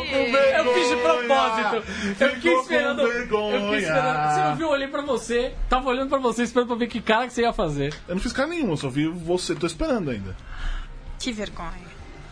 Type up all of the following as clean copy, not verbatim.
Eu fiz de propósito. Eu fiquei esperando. Você não viu? Eu olhei pra você. Tava olhando pra você, esperando pra ver que cara que você ia fazer. Eu não fiz cara nenhum, eu só vi você. Tô esperando ainda. Que vergonha.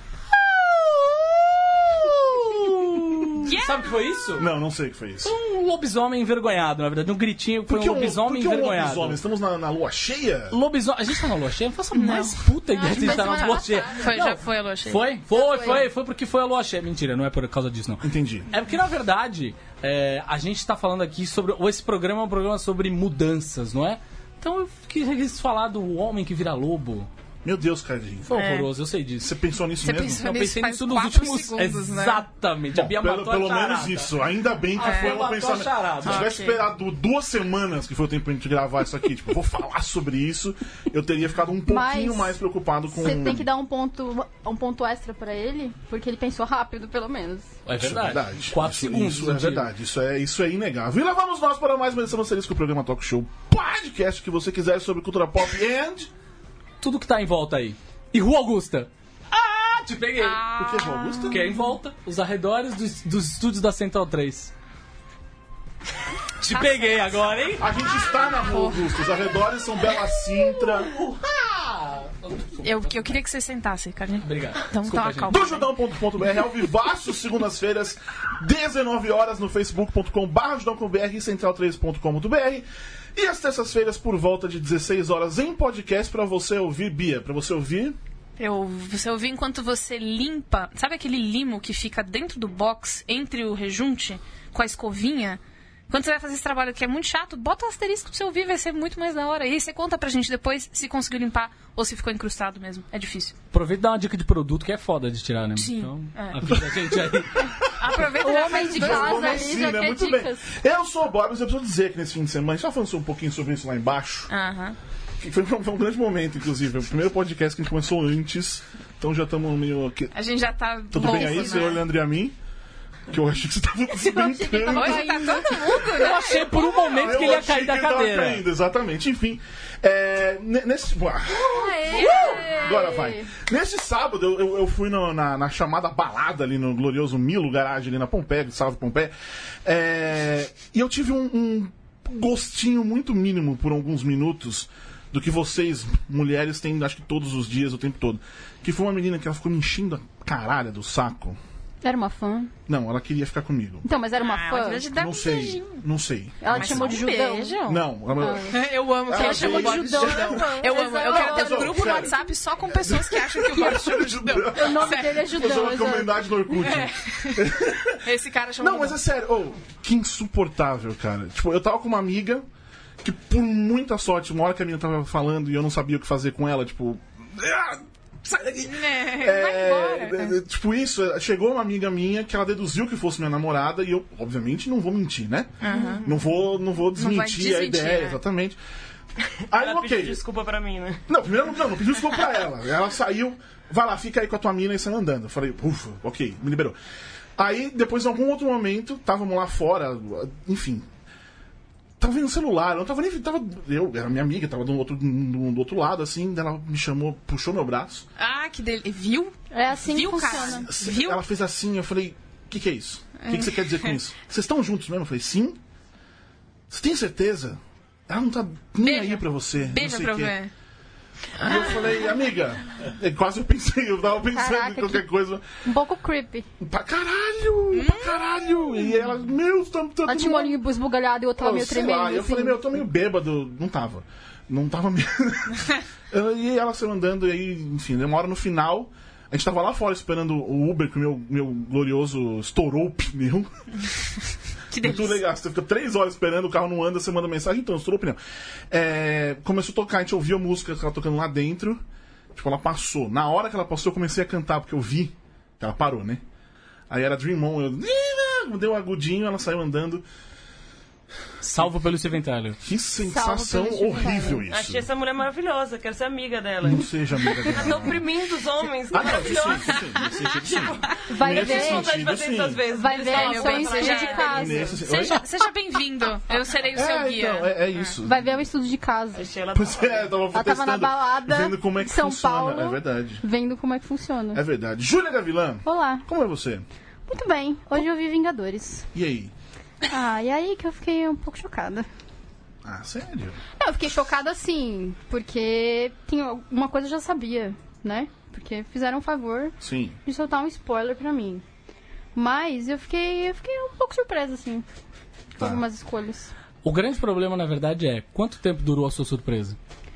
Sabe o que foi isso? Não sei o que foi isso. Um lobisomem envergonhado, na verdade. Um gritinho foi um lobisomem envergonhado. Lobisomem? Estamos na lua cheia? Lobisomem. A gente tá na lua cheia? Não faço a mais puta ideia de estar na lua cheia. Já foi a lua cheia. Foi porque foi a lua cheia. Mentira, não é por causa disso, não. Entendi. É porque, na verdade, a gente tá falando aqui sobre... Esse programa é um programa sobre mudanças, não é? Então eu quis falar do homem que vira lobo. Meu Deus, Cardinho. Foi horroroso, eu sei disso. Você pensou nisso mesmo? Eu pensei nisso nos 4 últimos... segundos, né? Exatamente. Bom, A Bia matou pelo a charada. menos isso. Ainda bem que foi um pensamento. Se eu tivesse esperado 2 semanas, que foi o tempo pra gente gravar isso aqui, tipo, vou falar sobre isso, eu teria ficado um pouquinho mais preocupado com... Você tem que dar um ponto extra pra ele, porque ele pensou rápido, pelo menos. É verdade. 4 segundos. Isso é verdade. Isso é inegável. E lá vamos nós para mais uma edição do Serisco, o programa Talk Show podcast que você quiser sobre cultura pop e... Tudo que tá em volta aí. E Rua Augusta. Te peguei. Por que Rua Augusta? Porque é em volta, os arredores dos estúdios da Central 3. Te peguei agora, hein? A gente está na Rua Augusta. Os arredores são Bela Sintra. Eu queria que você sentasse, Carlinhos. Obrigado. Então Desculpa, tá, calma. Dojudão.com.br ao vivaço, segundas-feiras, 19 horas no facebook.com/judão.br e central3.com.br. E às terças-feiras, por volta de 16 horas, em podcast pra você ouvir, Bia. Pra você ouvir... Você ouvir enquanto você limpa... Sabe aquele limo que fica dentro do box, entre o rejunte, com a escovinha? Quando você vai fazer esse trabalho que é muito chato, bota o asterisco pra você ouvir, vai ser muito mais da hora. E aí você conta pra gente depois se conseguiu limpar ou se ficou incrustado mesmo. É difícil. Aproveita e dá uma dica de produto que é foda de tirar, né? Sim. Então, avisa a gente aí. Aproveita O já homem faz de dois casa momentos. ali Sim, já né? quer Muito dicas. bem. Eu sou o Bob, mas eu preciso dizer que nesse fim de semana, a gente já falando um pouquinho sobre isso lá embaixo. Aham. Foi um grande momento, inclusive. O primeiro podcast que a gente começou antes. Então já estamos meio... A gente já tá... Tudo bem aí, senhor Leandro e a mim? Que eu achei que você estava se brincando. Hoje tá todo mundo, né? Eu achei por um momento que ele ia cair da cadeira. Caindo, exatamente. Enfim, nesse... Agora vai. Nesse sábado, eu fui na chamada balada ali no glorioso Milo Garage, ali na Pompeia, salve Pompeia. E eu tive um gostinho muito mínimo por alguns minutos do que vocês, mulheres, têm, acho que todos os dias, o tempo todo. Que foi uma menina que ela ficou me enchendo a caralho do saco. Era uma fã? Não, ela queria ficar comigo. Então, mas era uma fã? Ela te dá Não um sei, beijinho. não sei. Ela te chamou de judão? Beijo. Não, Eu amo que ela chamou de judão. Eu amo. Eu quero ter um grupo no WhatsApp só com pessoas que acham que o Bob chama de judão. O nome dele é eu sou judão. uma exato. comunidade no Orkut. Esse cara chamou Não, mas é sério. Que insuportável, cara. Tipo, eu tava com uma amiga que, por muita sorte, uma hora que a menina tava falando e eu não sabia o que fazer com ela, tipo... Sai daqui! Vai embora. Tipo, isso, chegou uma amiga minha que ela deduziu que fosse minha namorada e eu, obviamente, não vou mentir, né? Não vou desmentir a ideia, né? exatamente. Aí, Ela ok. pediu desculpa pra mim, né? Não, primeiro não pedi desculpa pra ela. Ela saiu, vai lá, fica aí com a tua mina e saiu andando. Eu falei, ufa, ok, me liberou. Aí, depois, em algum outro momento, estávamos lá fora, enfim. Tava vendo o celular, eu não tava nem. Era minha amiga, tava do outro lado, assim, ela me chamou, puxou meu braço. Ah, que dele. Viu? É assim Viu, que cara? funciona. Viu? Ela fez assim, eu falei, o que é isso? O que você quer dizer com isso? Vocês estão juntos mesmo? Eu falei, sim. Você tem certeza? Ela não tá nem aí pra você. Beija não sei pra o quê. ver. E eu falei, amiga, quase eu tava pensando Caraca, em qualquer coisa. Um pouco creepy. Pra caralho! E ela, meu, tá Ela tinha um olhinho esbugalhado e o outro lá meio sei tremendo. lá, eu assim. falei, meu, eu tô meio bêbado. Não tava meio... E ela saiu andando e aí, enfim, uma hora no final, a gente tava lá fora esperando o Uber, que o meu glorioso estourou o pneu. Que Muito delícia. legal, você fica 3 horas esperando, o carro não anda, você manda mensagem, então, estourou o pneu. Começou a tocar, a gente ouviu a música que ela tocando lá dentro. Tipo, ela passou. Na hora que ela passou, eu comecei a cantar, porque eu vi que ela parou, né? Aí era Dream On, eu dei um agudinho, ela saiu andando. Salvo pelo Steven Tyler. Que sensação Salvo pelo horrível isso. Achei essa mulher maravilhosa, quero ser amiga dela. Não seja amiga Ela tá dela. oprimindo os homens, Ah, não, isso maravilhosa. sim. Nesse sentido, sim. Vai Nesse ver, sentido, Vontade de fazer isso às sim. vezes. vai ver, Meu é bem, um você estudo já de é casa. Seja bem-vindo. Eu serei o seu guia. Então, é isso. Vai ver um estudo de casa. Achei ela Pois é, eu tava Ela tava testando, na balada vendo como é que São funciona. Paulo. É verdade. Vendo como é que funciona. É verdade. Júlia Gavilã, Olá. como é você? Muito bem, hoje eu vi Vingadores. E aí? E aí que eu fiquei um pouco chocada. Ah, sério? Eu fiquei chocada assim, porque tinha uma coisa eu já sabia, né? Porque fizeram um favor Sim. de soltar um spoiler pra mim. Mas eu fiquei um pouco surpresa, assim, com algumas escolhas. O grande problema, na verdade, é quanto tempo durou a sua surpresa?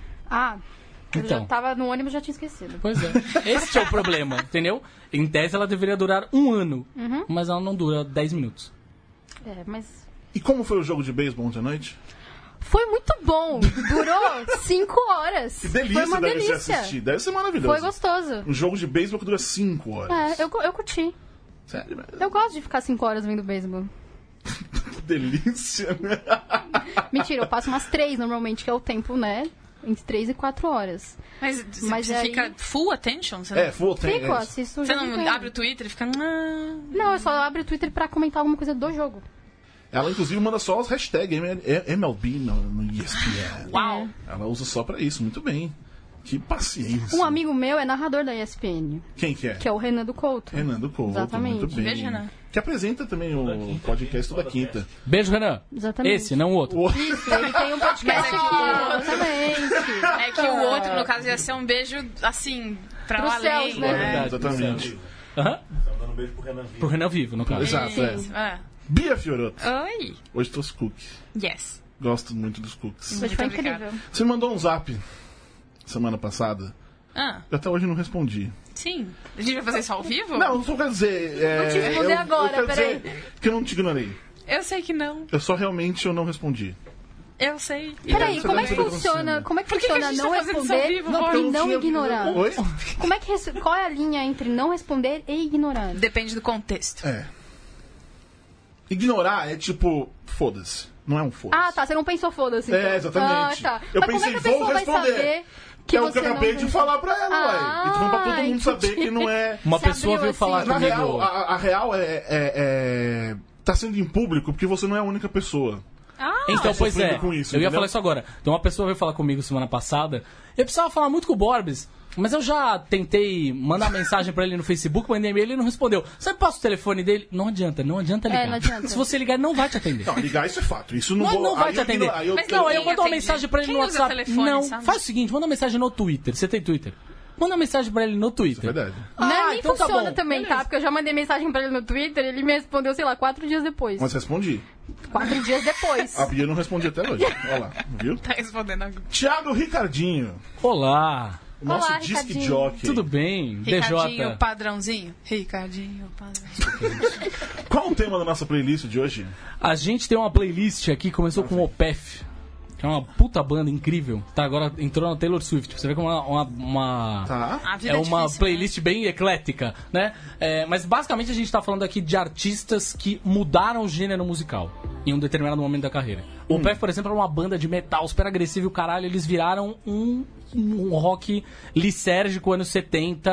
Eu Então. já tava no ônibus e já tinha esquecido. Pois é. Esse é o problema, entendeu? Em tese ela deveria durar 1 ano, mas ela não dura 10 minutos. Mas E como foi o jogo de beisebol ontem à noite? foi muito bom. Durou 5 horas. Que delícia Foi uma deve ser delícia. assistir. Deve ser maravilhoso. Foi gostoso. Um jogo de beisebol que dura 5 horas. Eu curti. Sério, velho? Eu gosto de ficar 5 horas vendo beisebol. Que delícia, né? Mentira, eu passo umas 3 normalmente, que é o tempo, né? Entre 3 e 4 horas. Mas você aí- fica full attention? Você É, full tem. Fico, assisto o Você jogo não inteiro. abre o Twitter e fica... Não, eu só abro o Twitter pra comentar alguma coisa do jogo. Ela, inclusive, manda só as hashtags MLB no ESPN. Uau! Ela usa só pra isso, muito bem. Que paciência. Um amigo meu é narrador da ESPN, Quem que é? que é o Renan do Couto. Renan do Couto, Exatamente. muito bem. Beijo, Renan. Que apresenta também o podcast toda quinta. Beijo, Renan. Exatamente. Esse, não o outro. Isso, ele tem um podcast aqui, exatamente. É que o outro, no caso, ia ser um beijo, assim, pra Pros além, céus, né? né? Exatamente. Aham. Dando um beijo pro Renan Vivo. Pro Renan Vivo, no caso. Exato, é. Isso, é. Bia Fiorotto. Oi. Hoje trouxe cookies. Yes. Gosto muito dos cookies. Hoje foi Muito obrigada. incrível. Você me mandou um zap semana passada. Eu até hoje não respondi. Sim. A gente vai fazer isso ao vivo? Não, eu só quero dizer... Não te responder agora, eu quero peraí. dizer que eu não te ignorei. Eu sei que não. Eu só realmente eu não respondi. Eu sei. Peraí, Você como é deve que saber funciona? como Como é que Por que que a funciona gente não tá fazendo isso ao responder vivo, e Bob? não tinha- ignorar? Oi? Como é que qual é a linha entre não responder e ignorar? Depende do contexto. É. Ignorar é tipo, foda-se. Não é um foda-se. Você não pensou foda-se. É, então. exatamente. Tá. Eu Mas como pensei, é que a vou pessoa vai responder. saber que É o que você eu acabei não de pensou? falar pra ela, ué. Então pra todo mundo saber que não é... Uma Você pessoa abriu veio falar assim. Na comigo. real, a real é... Tá sendo em público porque você não é a única pessoa. Então, pois sofrendo é, com isso, eu ia entendeu? falar isso agora. Então, uma pessoa veio falar comigo semana passada. Eu precisava falar muito com o Borbs, mas eu já tentei mandar mensagem pra ele no Facebook, mandei e-mail, ele não respondeu. Você passa o telefone dele? Não adianta ligar. não adianta. Se você ligar, ele não vai te atender. Não, ligar isso é fato. Isso não, Não vai aí te eu atender. ignoro- aí eu- Mas Não, aí eu Ninguém mando uma atende. mensagem pra ele Quem no usa WhatsApp. telefone, Não, sabe? faz o seguinte, manda uma mensagem no Twitter. Você tem Twitter? Manda uma mensagem pra ele no Twitter. É verdade. Nem então tá funciona bom. também, tá? Porque eu já mandei mensagem pra ele no Twitter, ele me respondeu, sei lá, 4 dias depois. Mas respondi. 4 dias depois. A Bia não respondi até hoje. Olha lá, viu? Tá respondendo agora. Thiago Ricardinho. Olá, O nosso Olá, disc Ricardinho. jockey. tudo bem? Ricardinho DJ. padrãozinho. Ricardinho padrãozinho. Qual o tema da nossa playlist de hoje? A gente tem uma playlist aqui, começou com o Opeth, que é uma puta banda incrível. Tá, agora entrou na Taylor Swift. Você vê como uma Tá. A vida é uma difícil, playlist bem eclética, né? Mas basicamente a gente tá falando aqui de artistas que mudaram o gênero musical em um determinado momento da carreira. O Opeth, por exemplo, era uma banda de metal super agressivo e o caralho, eles viraram um rock lisérgico anos 70,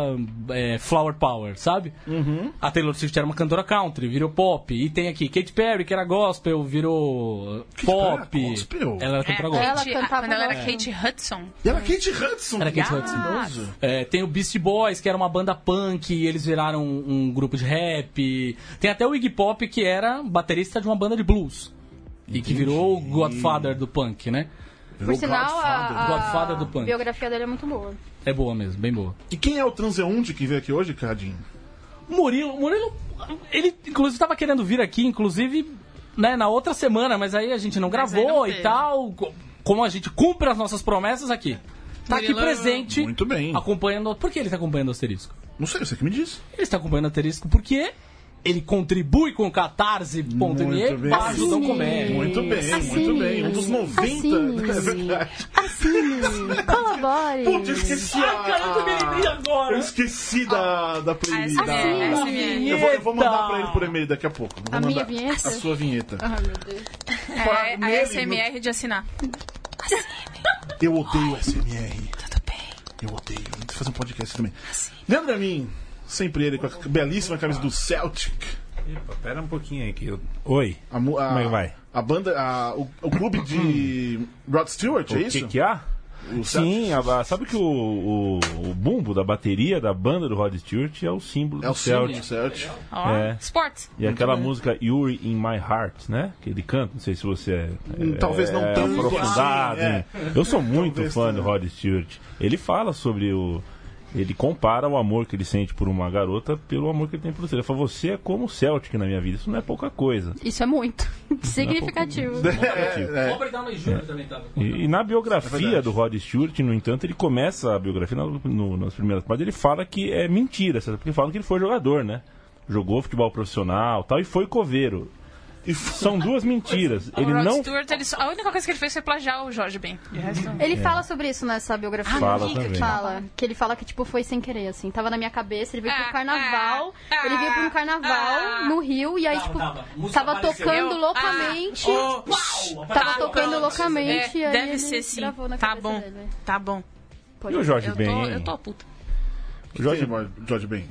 Flower Power, sabe? A Taylor Swift era uma cantora country, virou pop. E tem aqui Katy Perry, que era gospel, virou pop. Perry era gospel? Ela era cantora gospel. Ela Kate- cantava quando ela era gospel. Kate Hudson. E ela Kate Hudson. Era Kate Hudson. Maravilhoso. Tem o Beastie Boys, que era uma banda punk, e eles viraram um grupo de rap. Tem até o Iggy Pop, que era baterista de uma banda de blues. E que virou o Godfather do punk, né? Virou Por sinal, Godfather. Godfather do a punk. biografia dele é muito boa. É boa mesmo, bem boa. E quem é o transeunte que veio aqui hoje, Cadinho? Murilo, ele inclusive estava querendo vir aqui, inclusive, né, na outra semana, mas aí a gente não Mas aí gravou não e teve. tal. Como a gente cumpre as nossas promessas aqui. Tá aqui Murilo- presente, Muito bem. acompanhando... Por que ele tá acompanhando o Asterisco? Não sei, você que me disse. Ele está acompanhando o Asterisco porque ele contribui com o catarse.me Muito bem. para ajudar o Assine. comédia. Muito bem, muito bem. Um dos 90. Assine. É verdade. Assine, colabore. Putz, eu esqueci agora. Eu esqueci da playlist. ASMR, da- ASMR. Eu vou mandar pra ele por e-mail daqui a pouco. Vou A minha mandar vinheta? A sua vinheta. Ai, meu Deus. É a Nele, SMR de assinar. Eu odeio SMR. Tudo bem. Eu odeio. Vou fazer um podcast também. Lembra a mim? Sempre ele com a belíssima camisa do Celtic. Epa, pera um pouquinho aí que eu... Oi. Como é que vai? A banda, o clube de Rod Stewart, é O isso? que que há? Sim, sabe que o bumbo da bateria da banda do Rod Stewart é o símbolo do Celtic. Ó, Sports. E aquela música You're in My Heart, né? Que ele canta, não sei se você talvez não tanto aprofundado. assim, Eu sou muito fã do Rod Stewart. Ele fala sobre ele compara o amor que ele sente por uma garota pelo amor que ele tem por você. Ele fala, você é como o Celtic na minha vida. Isso não é pouca coisa. Isso é muito significativo. Robert Downey Jr. também tava. E na biografia do Rod Stewart, no entanto, ele começa a biografia nas primeiras partes, ele fala que é mentira, porque falam que ele foi jogador, né? Jogou futebol profissional tal, e foi coveiro. São duas mentiras. O Rod Stewart, a única coisa que ele fez foi plagiar o Jorge Ben. Ele fala sobre isso nessa biografia. Fala também. Que ele fala que tipo foi sem querer, assim. Tava na minha cabeça, ele veio pro carnaval. Ele veio pra um carnaval no Rio e aí, tipo, tava tocando loucamente. Tava tocando loucamente e aí deve ele ser sim. gravou na Tá cabeça bom. dele. Tá bom. E o Jorge Ben? Eu tô puta. O Jorge Ben.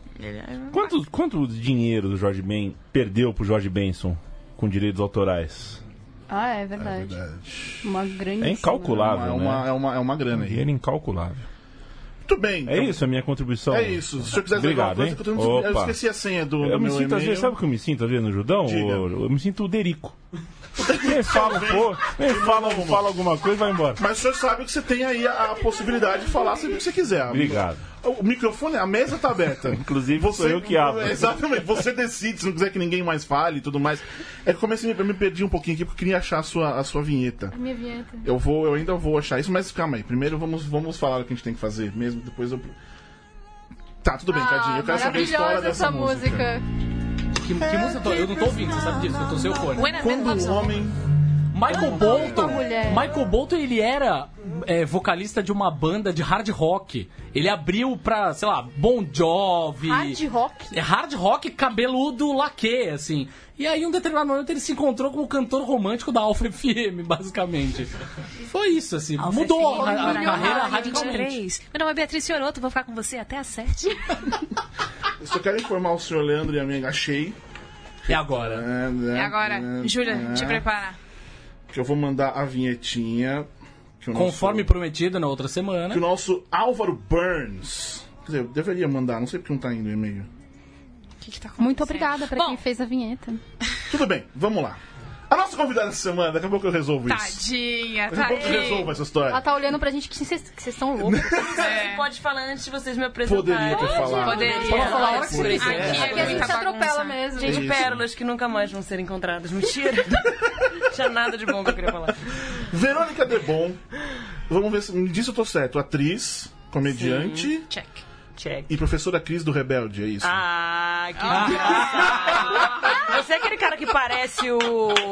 Quanto dinheiro do Jorge Ben perdeu pro Jorge Benson com direitos autorais? Ah, é verdade. Uma grande. É incalculável, né? É uma grana aí. Dinheiro incalculável. Muito bem. É isso a minha contribuição? É isso. Se o senhor quiser dizer Obrigado, alguma coisa, eu esqueci a senha do meu e-mail. Às vezes, sabe o que eu me sinto às vezes no Judão? Eu me sinto o Derico. Nem fala, fala alguma coisa e vai embora. Mas o senhor sabe que você tem aí a possibilidade de falar sempre o que você quiser. Obrigado. O microfone, a mesa tá aberta. Inclusive, sou eu que abro. Exatamente, você decide, se não quiser que ninguém mais fale e tudo mais. É que eu me perdi um pouquinho aqui porque eu queria achar a sua vinheta. A minha vinheta. Eu ainda vou achar isso, mas calma aí. Primeiro vamos falar o que a gente tem que fazer mesmo, depois eu... Tá, tudo bem, Cadinho. Eu quero saber a história dessa música. Que música? Eu não tô ouvindo, você sabe disso, eu tô sem o fone. Quando o homem... Michael Bolton, ele era vocalista de uma banda de hard rock. Ele abriu pra, sei lá, Bon Jovi. Hard rock? Hard rock cabeludo laque, assim. E aí, em um determinado momento, ele se encontrou como cantor romântico da Alfa FM, basicamente. Foi isso, assim. Mudou a carreira radicalmente. Meu nome é Beatriz Fiorotto, vou ficar com você até às 7. Eu só quero informar o senhor Leandro e a minha achei. E agora? E agora, Júlia, te prepara. Que eu vou mandar a vinhetinha. Conforme prometido na outra semana. Que o nosso Álvaro Burns. Quer dizer, eu deveria mandar, não sei porque não tá indo o e-mail. Tá acontecendo? Muito obrigada pra quem fez a vinheta. Tudo bem, vamos lá. A nossa convidada essa semana, daqui a pouco eu resolvo isso. Tadinha, Daqui a pouco eu resolvo essa história. Ela tá olhando pra gente que vocês são loucos. Você pode falar antes de vocês me apresentarem. Poderia ter falado. Poderia. Pode falar a hora que Aqui você quiser. Aqui a gente se atropela mesmo. Gente, Isso. pérolas que nunca mais vão ser encontradas. Mentira. Não tinha nada de bom que eu queria falar. Verônica Debon. Vamos ver se me diz se eu tô certo. Atriz, comediante. Check. E professora Cris do Rebelde, é isso? Ah, que engraçado. Você é aquele cara que parece o...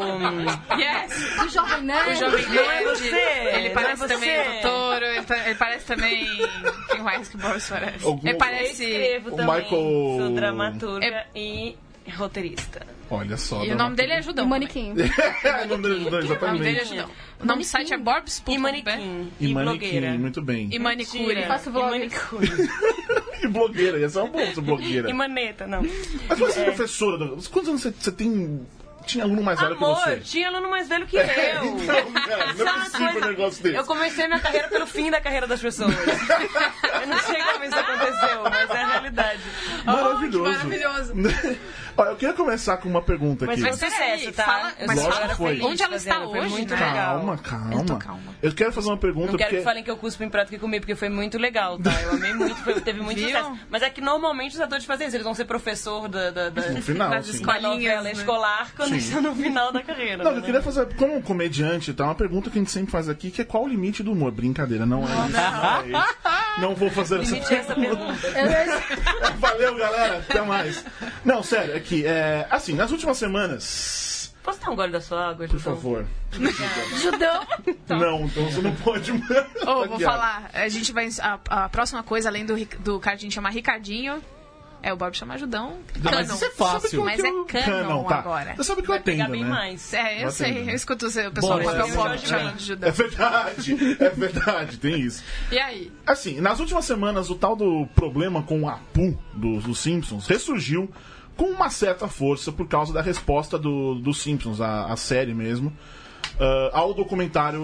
Yes! O Jovem Nerd. O Jovem Não é Nerd. você. Ele parece não é também você. o Totoro, ele parece também... Quem mais que o Boris parece? Algum- Ele Eu parece... escrevo O também. Michael- Sou dramaturga e roteirista. Olha só. E o nome dele é Judão. O manequim. É, o nome dele ajudou, O nome dele é exatamente. Judão. O nome do site é borbs.com. E manequim. E blogueira. manequim, muito bem. E manicure. Faço E vlog. manicure. E blogueira, ia ser uma boa blogueira. E maneta, não. Mas você é professora, quantos anos você tem... Tinha aluno mais velho que Amor, você? tinha aluno mais velho que eu. Então, cara, não é Sabe uma possível um coisa? negócio desse. Eu comecei minha carreira pelo fim da carreira das pessoas. Eu não sei como isso aconteceu, mas é a realidade. Maravilhoso. Maravilhoso. Olha, eu queria começar com uma pergunta aqui. Mas foi sucesso, tá? Fala- Eu mas sou fala agora foi. feliz onde ela está fazendo, foi hoje, muito né? legal. Calma. tô calma. Eu quero fazer uma pergunta Não quero porque... que falem que eu cuspo em prato que comi, porque foi muito legal, tá? Eu amei muito, teve muito Viu? sucesso. Mas é que normalmente os atores fazem isso, eles vão ser professor No final, das sim. escolas. da novela né? escolar quando Sim. estão no final da carreira. Não, né? eu queria fazer, como comediante, tá? Uma pergunta que a gente sempre faz aqui, que é qual o limite do humor? Brincadeira, não é isso. Não, é isso. Não vou fazer Limite é essa pergunta. Valeu, galera. Até mais. Não, sério, aqui, assim, nas últimas semanas... Posso dar um gole da sua água, Por Judão? favor. Judão. Não, então você não pode... Vou falar. A gente vai... A próxima coisa, além do Cardinho chamar Ricardinho... O Bob chama Judão. Mas isso é fácil. Mas é canon tá. agora. Você sabe que eu Pegar atendo, bem né? mais. Eu sei. Eu escuto o pessoal do Boris, papel pop Jorge chamando Ben. de Judão. É verdade, tem isso. E aí? Assim, nas últimas semanas, o tal do problema com o Apu dos Simpsons ressurgiu com uma certa força por causa da resposta dos Simpsons, a série mesmo, ao documentário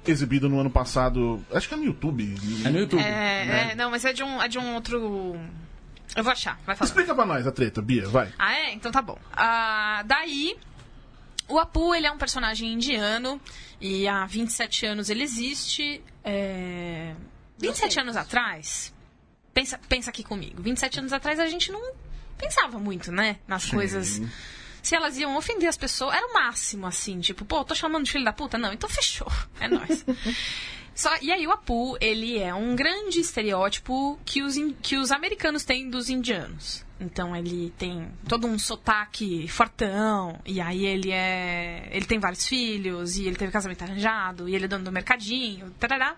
exibido no ano passado. Acho que é no YouTube. É no YouTube. Não, mas é de um outro... Eu vou achar, vai falar. Explica pra nós a treta, Bia, vai. Então tá bom. Daí, o Apu, ele é um personagem indiano e há 27 anos ele existe. 27 anos atrás, pensa aqui comigo, 27 anos atrás a gente não pensava muito, né, nas coisas... Se elas iam ofender as pessoas, era o máximo, assim, tipo, pô, tô chamando de filho da puta? Não, então fechou, é nóis. E aí o Apu, ele é um grande estereótipo que os americanos têm dos indianos. Então ele tem todo um sotaque fortão, e aí ele tem vários filhos, e ele teve casamento arranjado, e ele é dono do mercadinho, tarará.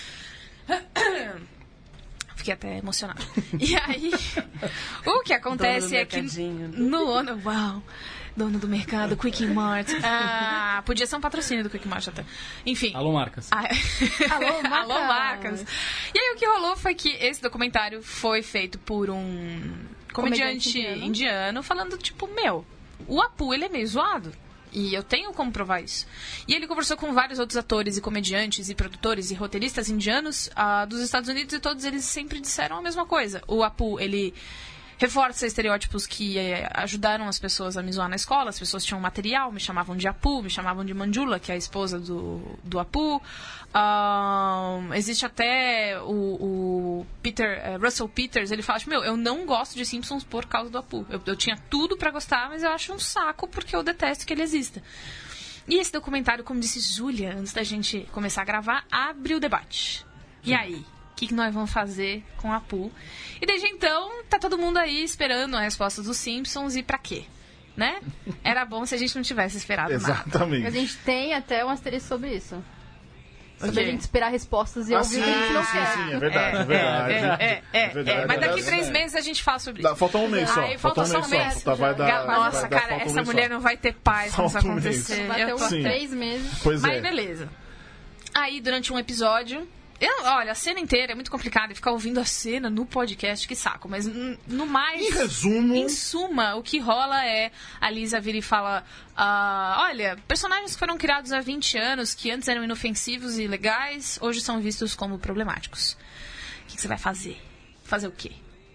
Fiquei até emocionada. E aí, o que acontece é que no ano... Uau! Dono do mercado, Quick Mart. Podia ser um patrocínio do Quick Mart até. Enfim. Alô, marcas. Alô, marcas. E aí, o que rolou foi que esse documentário foi feito por um comediante indiano falando, tipo, o Apu, ele é meio zoado. E eu tenho como provar isso. E ele conversou com vários outros atores e comediantes e produtores e roteiristas indianos dos Estados Unidos, e todos eles sempre disseram a mesma coisa. O Apu, ele reforça estereótipos que ajudaram as pessoas a me zoar na escola. As pessoas tinham material, me chamavam de Apu, me chamavam de Manjula, que é a esposa do Apu. Existe até o Russell Peters, ele fala, eu não gosto de Simpsons por causa do Apu. Eu tinha tudo pra gostar, mas eu acho um saco porque eu detesto que ele exista. E esse documentário, como disse Júlia, antes da gente começar a gravar, abre o debate. E aí? O que nós vamos fazer com a Apu? E desde então, tá todo mundo aí esperando a resposta dos Simpsons, e pra quê? Né? Era bom se a gente não tivesse esperado nada. Exatamente. A gente tem até um asterisco sobre isso. Sobre a gente esperar respostas e ouvir o que a gente não quer. Sim, é verdade, é verdade. Mas daqui 3 meses a gente fala sobre isso. Falta um mês só. Falta só um mês. Nossa, cara, essa mulher não vai ter paz quando isso acontecer. Vai ter uns 3 meses. Mas beleza. Aí, durante um episódio... Olha, a cena inteira é muito complicada, e ficar ouvindo a cena no podcast, que saco. Mas, no mais... Em resumo... Em suma, o que rola é... A Lisa vira e fala... olha, personagens que foram criados há 20 anos, que antes eram inofensivos e legais, hoje são vistos como problemáticos. O que você vai fazer? Fazer o quê?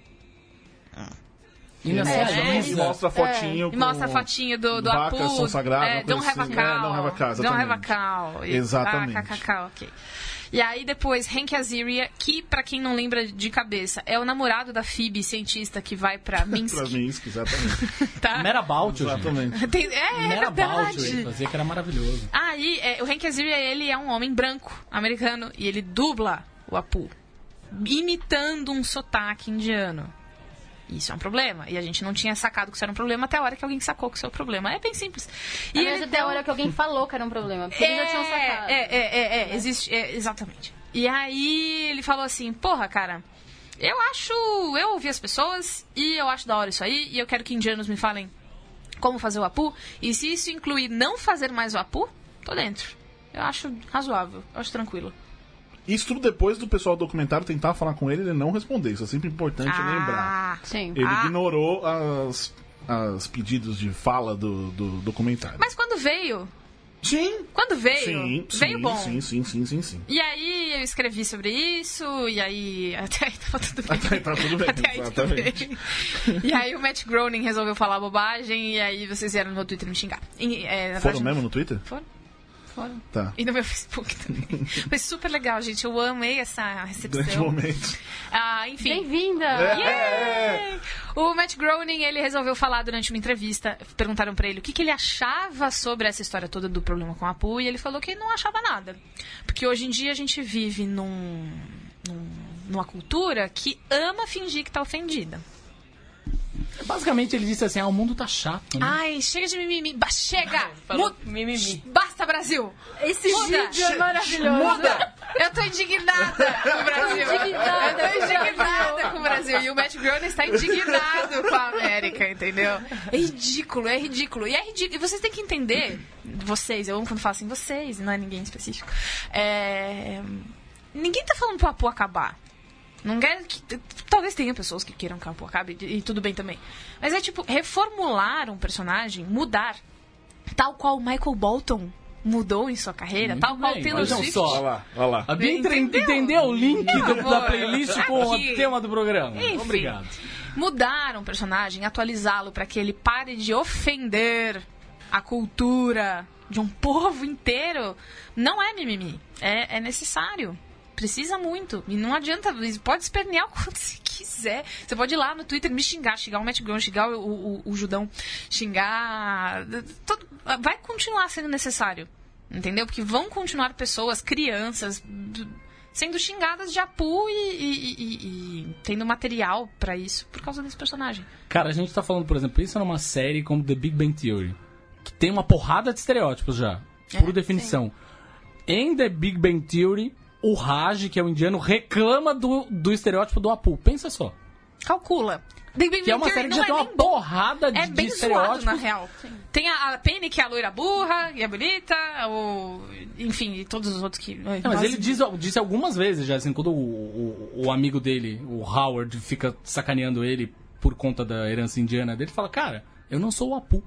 E mostra a fotinho. Mostra a fotinho do Apu. São sagradas. Don't have a cow. Exatamente. Ok. E aí depois, Hank Azaria, que pra quem não lembra de cabeça, é o namorado da Phoebe, cientista, que vai pra Minsk. Pra Minsk, exatamente. Tá? Merabout, exatamente. Merabout, ele fazia, que era maravilhoso. Aí, o Hank Azaria, ele é um homem branco, americano, e ele dubla o Apu, imitando um sotaque indiano. Isso é um problema. E a gente não tinha sacado que isso era um problema até a hora que alguém sacou que isso é um problema. É bem simples. E até a hora que alguém falou que era um problema. Porque eles já tinham sacado. Existe, exatamente. E aí ele falou assim, porra, cara, eu ouvi as pessoas e eu acho da hora isso aí, e eu quero que indianos me falem como fazer o Apu, e se isso incluir não fazer mais o Apu, tô dentro. Eu acho razoável, eu acho tranquilo. Isso tudo depois do pessoal do documentário tentar falar com ele, ele não responder. Isso é sempre importante lembrar. Sim. Ele ignorou as pedidos de fala do documentário. Mas quando veio... Sim. Quando veio, veio bom. Sim. E aí eu escrevi sobre isso, e aí até aí tava tudo bem. Até aí tá tudo bem, exatamente. E aí o Matt Groening resolveu falar bobagem, e aí vocês vieram no meu Twitter me xingar. Foram mesmo no Twitter? Foram. Tá. E no meu Facebook também. Foi super legal, gente. Eu amei essa recepção. Grande momento. Enfim. Bem-vinda! O Matt Groening, ele resolveu falar durante uma entrevista. Perguntaram pra ele o que ele achava sobre essa história toda do problema com a Apu, e ele falou que não achava nada. Porque hoje em dia a gente vive numa cultura que ama fingir que tá ofendida. Basicamente ele disse assim, o mundo tá chato, né? Ai, chega de mimimi. Chega! Mimimi. Basta, Brasil! Esse vídeo é maravilhoso. Muda! Eu tô indignada com o Brasil. Eu tô indignada com o Brasil. E o Matt Groening está indignado com a América, entendeu? É ridículo. E é ridículo. E vocês têm que entender, eu amo quando falo assim, vocês, não é ninguém específico. Ninguém tá falando pro Apu acabar. Não quer talvez tenha pessoas que queiram que o Apu acabe, e tudo bem também. Mas é tipo, reformular um personagem, mudar, tal qual o Michael Bolton mudou em sua carreira, tal qual o Taylor Swift. Olha lá. A Bia entendeu o link da playlist com o tema do programa. Enfim, Obrigado. Mudaram o personagem, atualizá-lo para que ele pare de ofender a cultura de um povo inteiro. Não é mimimi. É necessário. Precisa muito. E não adianta. Pode espernear o quanto você quiser. Você pode ir lá no Twitter me xingar o Matt Groening, xingar o Judão, xingar... Vai continuar sendo necessário. Entendeu? Porque vão continuar pessoas, crianças, sendo xingadas de Apu e tendo material pra isso por causa desse personagem. Cara, a gente tá falando, por exemplo, isso numa série como The Big Bang Theory, que tem uma porrada de estereótipos já, por definição. Sim. Em The Big Bang Theory, o Raj, que é o indiano, reclama do estereótipo do Apu. Pensa só. Calcula. Big Bang que é uma série que já tem uma porrada de bem estereótipos. Zoado, na real. Sim. Tem a Penny, que é a loira burra e é bonita, enfim, e todos os outros que... Não, mas ele disse algumas vezes já, assim, quando o amigo dele, o Howard, fica sacaneando ele por conta da herança indiana dele, fala, cara, eu não sou o Apu.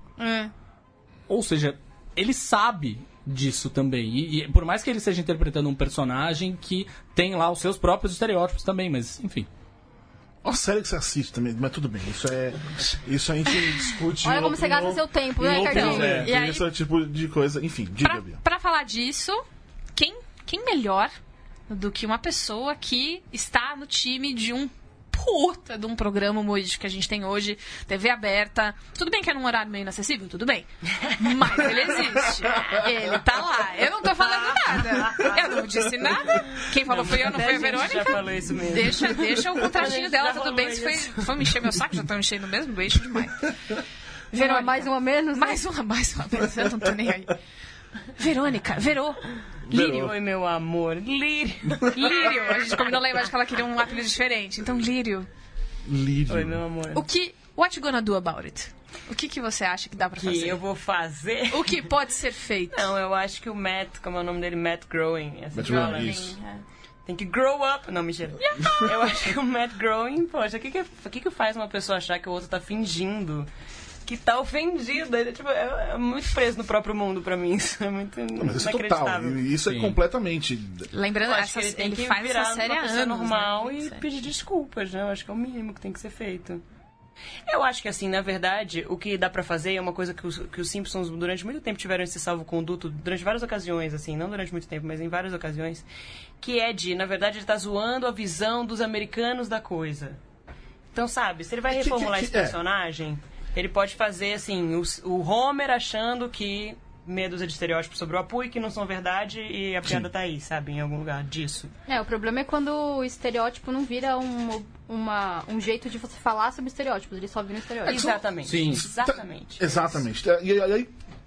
Ou seja, ele sabe disso também. E por mais que ele esteja interpretando um personagem que tem lá os seus próprios estereótipos também, mas, enfim... Olha a série que você assiste também, mas tudo bem, isso a gente discute. Olha como você gasta seu tempo, né, Ricardinho? E aí, esse tipo de coisa, enfim, diga, Bia. Pra falar disso, quem melhor do que uma pessoa que está no time de um puta de um programa humorístico que a gente tem hoje, TV aberta. Tudo bem que é num horário meio inacessível, tudo bem. Mas ele existe. Ele tá lá. Eu não tô falando nada. Eu não disse nada. Quem falou foi eu, não foi a Verônica. Já falou isso mesmo. Deixa o contratinho dela, tudo bem. Se foi me encher meu saco, já estão enchendo mesmo, beijo demais. Verônica, mais uma menos? Mais uma menos, eu não tô nem aí. Verônica, Lírio. Oi, meu amor. Lírio. A gente combinou lá embaixo que ela queria um apelido diferente. Então, Lírio. Oi, meu amor. What you gonna do about it? O que você acha que dá pra fazer? Que eu vou fazer? O que pode ser feito? Não, eu acho que o Matt, como é o nome dele, Matt Groening. Matt Groening, isso. Tem que grow up. Não, mentira. Eu acho que o Matt Groening, poxa, o que faz uma pessoa achar que o outro tá fingindo? Que tá ofendido. Ele é muito preso no próprio mundo pra mim. Isso é muito inacreditável. Total. Isso é completamente... Lembrando, ele faz virar essa série há anos, normal, né? E pedir desculpas, né? Eu acho que é o mínimo que tem que ser feito. Eu acho que, assim, na verdade, o que dá pra fazer é uma coisa que os Simpsons durante muito tempo tiveram esse salvo-conduto, durante várias ocasiões, assim, não durante muito tempo, mas em várias ocasiões, que é de, na verdade, ele tá zoando a visão dos americanos da coisa. Então, sabe, se ele vai reformular esse personagem... Ele pode fazer, assim, o Homer achando que meia dúzia de estereótipos sobre o Apu e que não são verdade e a piada tá aí, sabe? Em algum lugar disso. O problema é quando o estereótipo não vira um jeito de você falar sobre estereótipos, ele só vira um estereótipo. Exatamente. Sim. Exatamente. E aí,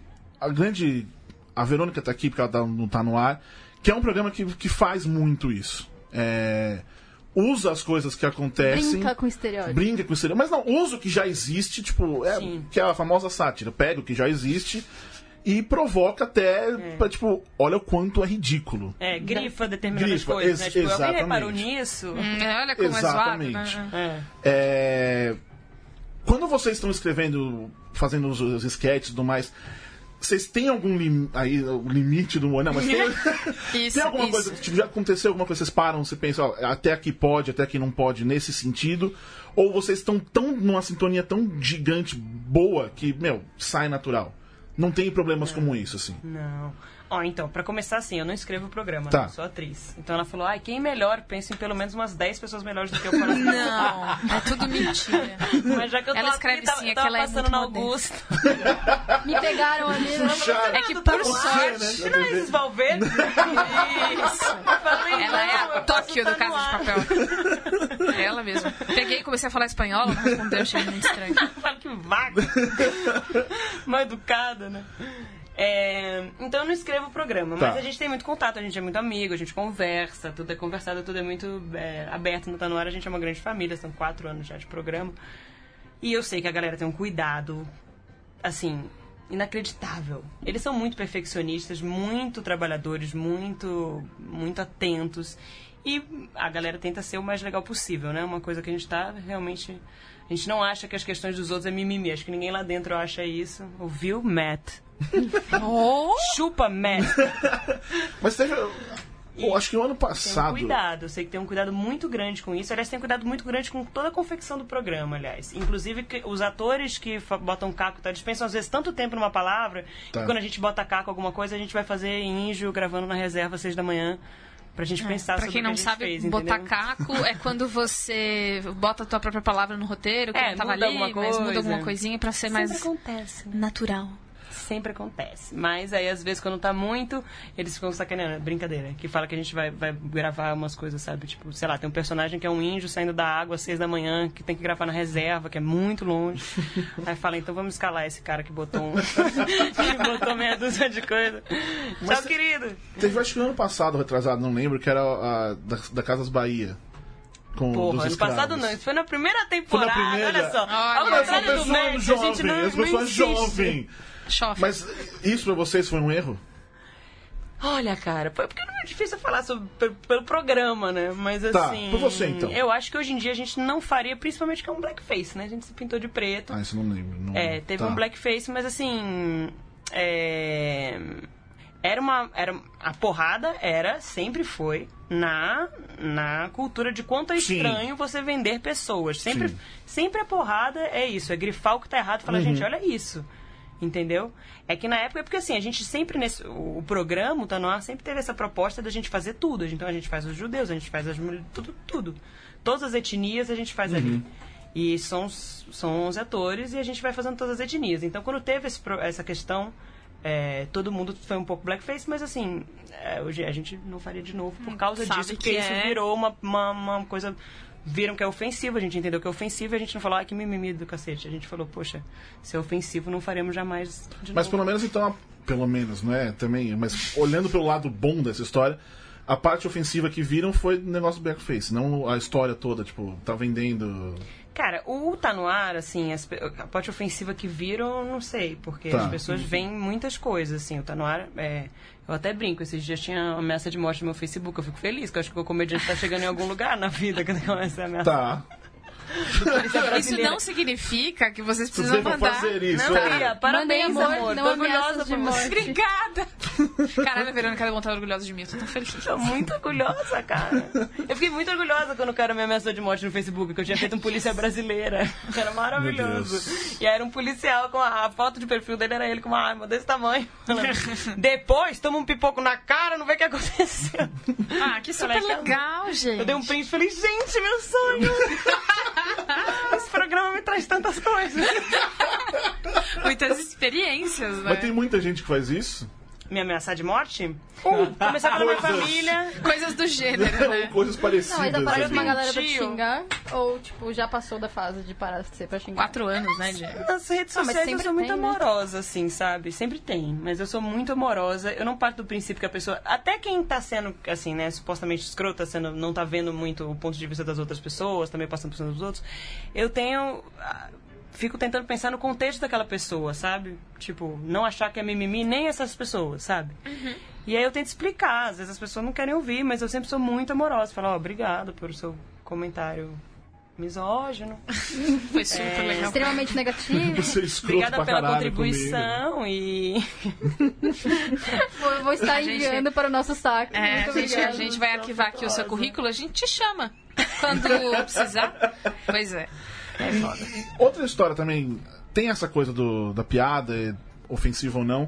a Verônica tá aqui, porque ela não tá no ar, que é um programa que faz muito isso. Usa as coisas que acontecem... Brinca com estereótipo. Mas não, usa o que já existe, tipo... que é a famosa sátira. Pega o que já existe e provoca até... Pra, tipo, olha o quanto é ridículo. Grifa determinadas coisas, né? Tipo, alguém reparou nisso? Olha como exatamente. É zoado, né? Quando vocês estão escrevendo, fazendo os sketches e tudo mais... Vocês têm algum limite do humor? Não, mas tem alguma coisa que já aconteceu, alguma coisa que vocês param, você pensa, até aqui pode, até aqui não pode, nesse sentido? Ou vocês estão numa sintonia tão gigante, boa, que, sai natural? Não tem problemas como isso, assim? Não. Então, pra começar assim, eu não escrevo o programa, tá. Não, sou atriz. Então ela falou, quem melhor? Penso em pelo menos umas 10 pessoas melhores do que eu para Não, é tudo mentira. Mas já que eu ela escreve sim, eu tava passando na Augusta. Me pegaram ali. É que por sorte... Não é esses Valverde? Isso. Ela é a Tóquio do Casa de Papel. É ela mesmo. Peguei e comecei a falar espanhol, não respondeu, achei muito estranho. Que vaga. Mal educada, né? Então eu não escrevo o programa, mas a gente tem muito contato, a gente é muito amigo, a gente conversa, tudo é conversado, tudo é muito aberto, não tá no ar, a gente é uma grande família, são 4 anos já de programa. E eu sei que a galera tem um cuidado, assim, inacreditável. Eles são muito perfeccionistas, muito trabalhadores, muito, muito atentos. E a galera tenta ser o mais legal possível, né? Uma coisa que a gente tá realmente... A gente não acha que as questões dos outros é mimimi. Acho que ninguém lá dentro acha isso. Ouviu, Matt? Chupa, Matt. Mas teve... acho que o ano passado... Tem cuidado. Eu sei que tem um cuidado muito grande com isso. Aliás, tem um cuidado muito grande com toda a confecção do programa, aliás. Inclusive, os atores que botam caco, eles pensam às vezes tanto tempo numa palavra, que quando a gente bota caco alguma coisa, a gente vai fazer índio, gravando na reserva às 6 da manhã. Pra gente pensar sobre o que a gente fez, Pra quem não sabe, botar caco é quando você bota a tua própria palavra no roteiro, que não tava ali, mas muda alguma coisinha pra ser mais natural. Sempre acontece. Mas aí, às vezes, quando tá muito, eles ficam sacaneando. Brincadeira. Que fala que a gente vai gravar umas coisas, sabe? Tipo, sei lá, tem um personagem que é um índio saindo da água às 6 da manhã, que tem que gravar na reserva, que é muito longe. Aí fala, então vamos escalar esse cara que botou que botou meia dúzia de coisa. Tchau, querido! Teve, acho que no ano passado, retrasado, não lembro, que era da Casas Bahia. Porra, ano passado não, isso foi na primeira temporada. Foi na primeira. Olha só. Ao contrário do Matt, a gente não as pessoas jovens. Chove. Mas isso pra vocês foi um erro? Olha, cara, porque não é difícil falar pelo programa, né? Mas assim... por você, então. Eu acho que hoje em dia a gente não faria, principalmente que é um blackface, né? A gente se pintou de preto. Ah, isso eu não lembro. Não... teve um blackface, mas assim... A porrada sempre foi na cultura de quanto é estranho você vender pessoas. Sempre a porrada é isso, é grifar o que tá errado e falar, gente, olha isso. Entendeu? É que na época, porque assim, a gente sempre, o programa, o Tá No Ar, sempre teve essa proposta da gente fazer tudo. Então a gente faz os judeus, a gente faz as mulheres, tudo. Todas as etnias a gente faz ali. E são 11 atores e a gente vai fazendo todas as etnias. Então quando teve essa questão, todo mundo foi um pouco blackface, mas assim, hoje a gente não faria de novo por causa disso, porque isso virou uma coisa... Viram que é ofensivo, a gente entendeu que é ofensivo e a gente não falou, que mimimi do cacete. A gente falou, poxa, se é ofensivo, não faremos jamais de Mas novo. pelo menos, então, não é também, mas olhando pelo lado bom dessa história, a parte ofensiva que viram foi o negócio do blackface, não a história toda, tipo, tá vendendo... Cara, o Tá No Ar, assim, a parte ofensiva que viram, eu não sei, porque as pessoas veem muitas coisas, assim, o Tá No Ar, eu até brinco, esses dias tinha ameaça de morte no meu Facebook, eu fico feliz, porque eu acho que o comediante tá chegando em algum lugar na vida quando começa a ameaçar. Isso não significa que vocês precisam mandar. Fazer isso, Não, parabéns, amor. Não Tô orgulhosa de morte. Obrigada! Caralho, a Verônica deve montar orgulhosa de mim. Eu tô tão feliz. Tô muito orgulhosa, cara. Eu fiquei muito orgulhosa quando o cara me ameaçou de morte no Facebook, que eu tinha feito um polícia brasileira. Era maravilhoso. E era um policial com a foto de perfil dele, era ele com uma arma desse tamanho. Depois, toma um pipoco na cara, não vê o que aconteceu. Que super legal, gente. Eu dei um print e falei, gente, meu sonho. Esse programa me traz tantas coisas. Muitas experiências, né? Mas tem muita gente que faz isso? Me ameaçar de morte? Começar pela minha família. Coisas do gênero, né? Coisas parecidas. Não, ainda aparece uma assim. galera pra te xingar? Ou, tipo, já passou da fase de parar de ser pra xingar? 4 anos, né, Jé? Nas redes mas sociais eu sempre sou muito tem, né? amorosa, assim, sabe? Sempre tem. Mas eu sou muito amorosa. Eu não parto do princípio que a pessoa... Até quem tá sendo, assim, né, supostamente escrota, não tá vendo muito o ponto de vista das outras pessoas, também passando por cima dos outros. Eu tenho... Fico tentando pensar no contexto daquela pessoa, sabe? Tipo, não achar que é mimimi nem essas pessoas, sabe? E aí eu tento explicar. Às vezes as pessoas não querem ouvir, mas eu sempre sou muito amorosa. Falo, obrigado pelo seu comentário misógino. Foi super legal. Extremamente negativo. Você é escroto Obrigada pra pela caralho contribuição comigo. e... Vou estar enviando para o nosso saco. Muito A gente vai arquivar aqui o seu currículo, a gente te chama quando precisar. Pois é. É foda. Outra história também, tem essa coisa da piada, ofensiva ou não.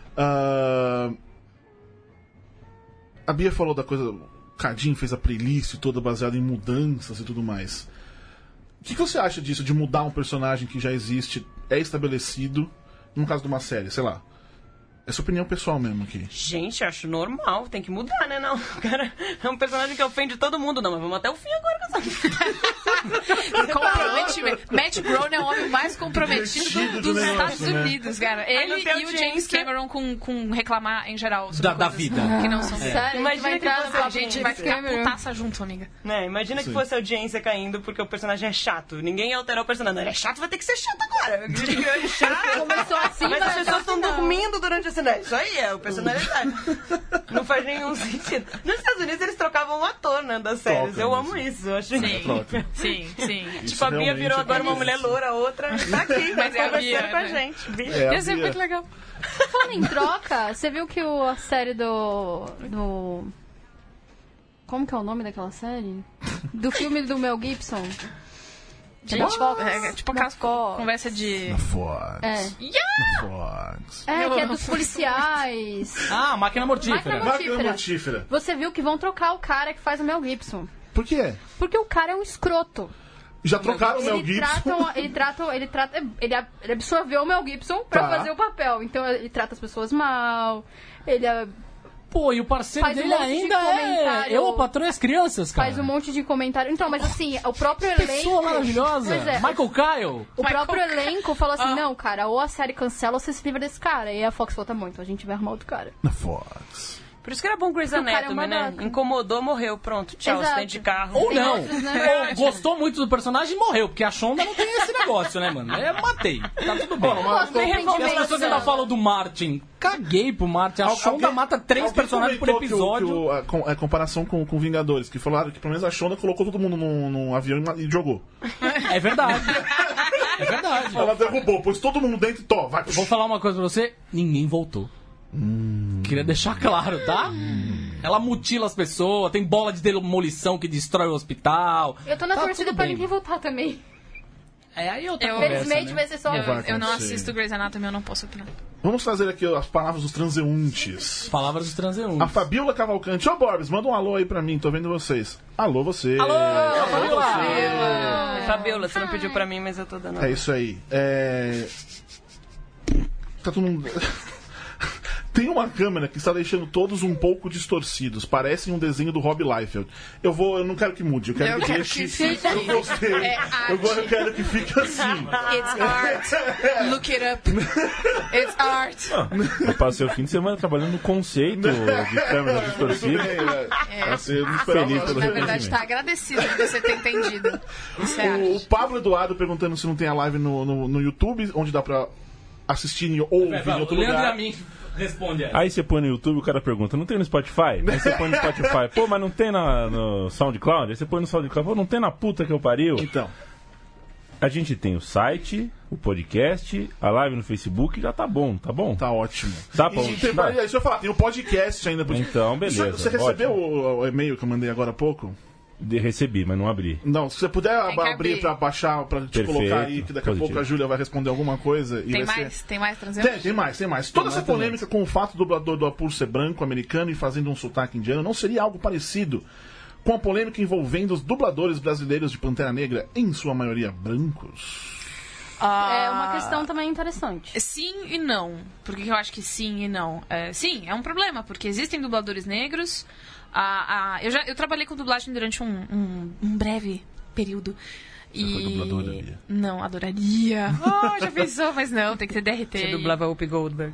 A Bia falou da coisa... O Cadinho fez a playlist toda baseada em mudanças e tudo mais. O que você acha disso, de mudar um personagem que já existe, é estabelecido, no caso de uma série, sei lá? É sua opinião pessoal mesmo aqui. Gente, acho normal, tem que mudar, né? Não, o cara é um personagem que ofende todo mundo. Não, mas vamos até o fim agora com essa... Comprometimento. Matt Groening é o homem mais comprometido dos Estados Unidos, cara. Ele e o James Cameron com reclamar em geral sobre da vida. Que não são Sério, Imagina que a gente vai ficar putaça junto, amiga. Né? Imagina que fosse a audiência caindo porque o personagem é chato. Ninguém ia alterar o personagem. Ele é chato, vai ter que ser chato agora. Ele é chato. Começou assim, Mas as pessoas estão dormindo durante a cena. Isso aí é o personagem. Não faz nenhum sentido. Nos Estados Unidos eles trocavam um ator, né, das séries. Eu amo isso. Eu acho Sim. Tipo, a Bia virou agora uma mulher loura, a outra tá aqui, mas é a Bia, com a gente. Bia. Ia ser muito legal. Falando em troca, você viu que a série do... Como que é o nome daquela série? Do filme do Mel Gibson. Tipo aquela conversa de... Na Fox. Na Fox. Que é dos policiais. Máquina Mortífera. Máquina Mortífera. Você viu que vão trocar o cara que faz o Mel Gibson. Por quê? Porque o cara é um escroto. Já trocaram o Mel Gibson? Ele absorveu o Mel Gibson pra fazer o papel. Então ele trata as pessoas mal, Pô, e o parceiro dele ainda Eu, a Patroa e as Crianças, cara. Faz um monte de comentário. Então, mas assim, o próprio elenco... Pessoa maravilhosa. Michael Kyle. O próprio elenco falou assim, não, cara, ou a série cancela ou você se livra desse cara. E a Fox falou, tá bom, então a gente vai arrumar outro cara. Na Fox. Por isso que era bom Grey's Anatomy, né? Incomodou, morreu, pronto. Tchau, acidente de carro. Ou não. Ou gostou muito do personagem e morreu, porque a Shonda não tem esse negócio, né, mano? Eu matei. Tá tudo bem. E as pessoas ainda falam do Martin. Caguei pro Martin. A Shonda mata 3 personagens por episódio. A comparação com Vingadores, que falaram que pelo menos a Shonda colocou todo mundo num avião e jogou. É verdade. É verdade. Ela derrubou, pôs todo mundo dentro e vai. Vou falar uma coisa pra você. Ninguém voltou. Queria deixar claro, tá? Ela mutila as pessoas, tem bola de demolição que destrói o hospital. Eu tô na torcida pra ninguém voltar também. Aí eu Felizmente vai ser só eu não assisto Grey's Anatomy, eu não posso opinar. Vamos trazer aqui as palavras dos transeuntes. Palavras dos transeuntes. A Fabiola Cavalcante. Ô, Borbs, manda um alô aí pra mim, tô vendo vocês. Alô, você. Alô, Fabiola, você não pediu pra mim, mas eu tô dando. É isso aí. Tá todo mundo... Tem uma câmera que está deixando todos um pouco distorcidos. Parecem um desenho do Rob Liefeld. Eu não quero que mude. Eu quero que deixe... Eu gostei. Eu quero que fique assim. It's art. Look it up. It's art. Eu passei o fim de semana trabalhando no conceito de câmera distorcida. Feliz pelo Na verdade, tá agradecido de você ter entendido. O Pablo Eduardo perguntando se não tem a live no YouTube, onde dá pra assistir ou ouvir em outro lugar. Responde aí você põe no YouTube, o cara pergunta, não tem no Spotify? Aí você põe no Spotify, pô, mas não tem no SoundCloud? Aí você põe no SoundCloud, pô, não tem na puta que eu pariu? Então. A gente tem o site, o podcast, a live no Facebook, já tá bom, tá bom? Tá ótimo. Tá bom. Deixa eu falar, tem o podcast ainda. Então, beleza. Você recebeu o e-mail que eu mandei agora há pouco? Recebi, mas não abri. Não, se você puder abrir pra baixar, pra te colocar aí, que daqui a pouco a Júlia vai responder alguma coisa. E tem mais transeuntes? Tem mais. Toda essa polêmica com o fato do dublador do Apu ser branco, americano e fazendo um sotaque indiano, não seria algo parecido com a polêmica envolvendo os dubladores brasileiros de Pantera Negra, em sua maioria brancos? É uma questão também interessante. Sim e não. Por que eu acho que sim e não? Sim, é um problema, porque existem dubladores negros. Eu trabalhei com dublagem durante um breve período. Você foi dubladora, Bia? Não, adoraria. Já pensou, mas não, tem que ter DRT. Você dublava Whoopi Goldberg.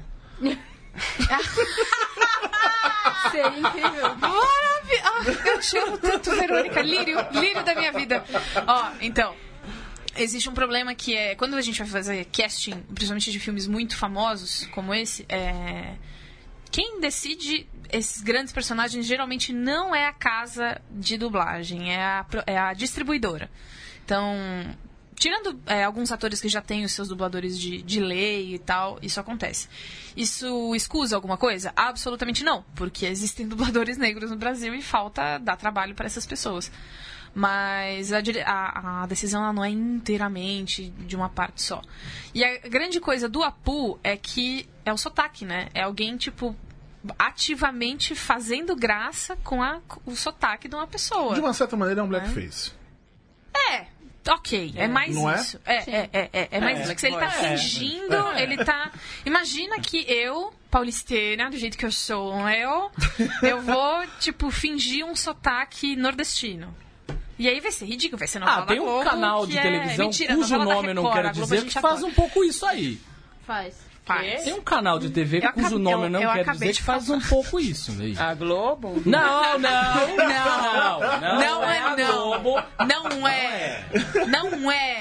Seria incrível. Eu te amo tanto, Verônica. Lírio da minha vida. Então, existe um problema que é... Quando a gente vai fazer casting, principalmente de filmes muito famosos, como esse, quem decide esses grandes personagens geralmente não é a casa de dublagem, é a distribuidora. Então, tirando alguns atores que já têm os seus dubladores de lei e tal, isso acontece. Isso escusa alguma coisa? Absolutamente não, porque existem dubladores negros no Brasil e falta dar trabalho para essas pessoas. Mas a decisão ela não é inteiramente de uma parte só. E a grande coisa do Apu é que é o sotaque, né? É alguém, tipo, ativamente fazendo graça com o sotaque de uma pessoa. De uma certa maneira é um blackface. Ok, é mais não isso. É mais isso. Porque ele tá fingindo, ele tá... Imagina que eu, paulistana, do jeito que eu sou, eu vou, tipo, fingir um sotaque nordestino. E aí vai ser ridículo, vai ser novela da tem um Globo, canal de televisão cujo nome eu não quero dizer, que faz um pouco isso aí. Faz. Tem um canal de TV cujo nome eu não quero dizer que faz um pouco isso. Aí. A Globo? Não. Não é.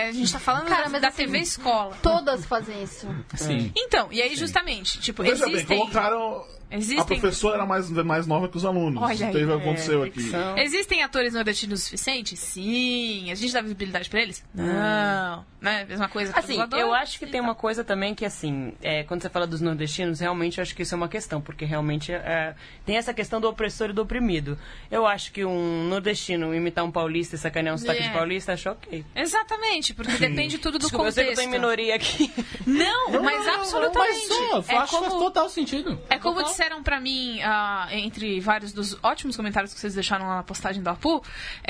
a gente tá falando da TV escola. Todas fazem isso. Sim. Então, e aí justamente, tipo, Veja existem... bem, colocaram... A professora era mais nova que os alunos. Olha Isso aí. aconteceu aqui. Existem atores nordestinos o suficiente? Sim. A gente dá visibilidade pra eles? Não. Né? Mesma coisa que assim, eu acho que tem uma coisa também que, assim, quando você fala dos nordestinos, realmente eu acho que isso é uma questão, porque realmente tem essa questão do opressor e do oprimido. Eu acho que um nordestino imitar um paulista e sacanear um sotaque de paulista, acho ok. Exatamente, porque depende tudo do contexto. Eu sei que eu tô em minoria aqui. Não, mas absolutamente. Mas acho que faz total sentido. É como disseram pra mim, entre vários dos ótimos comentários que vocês deixaram lá na postagem do Apu,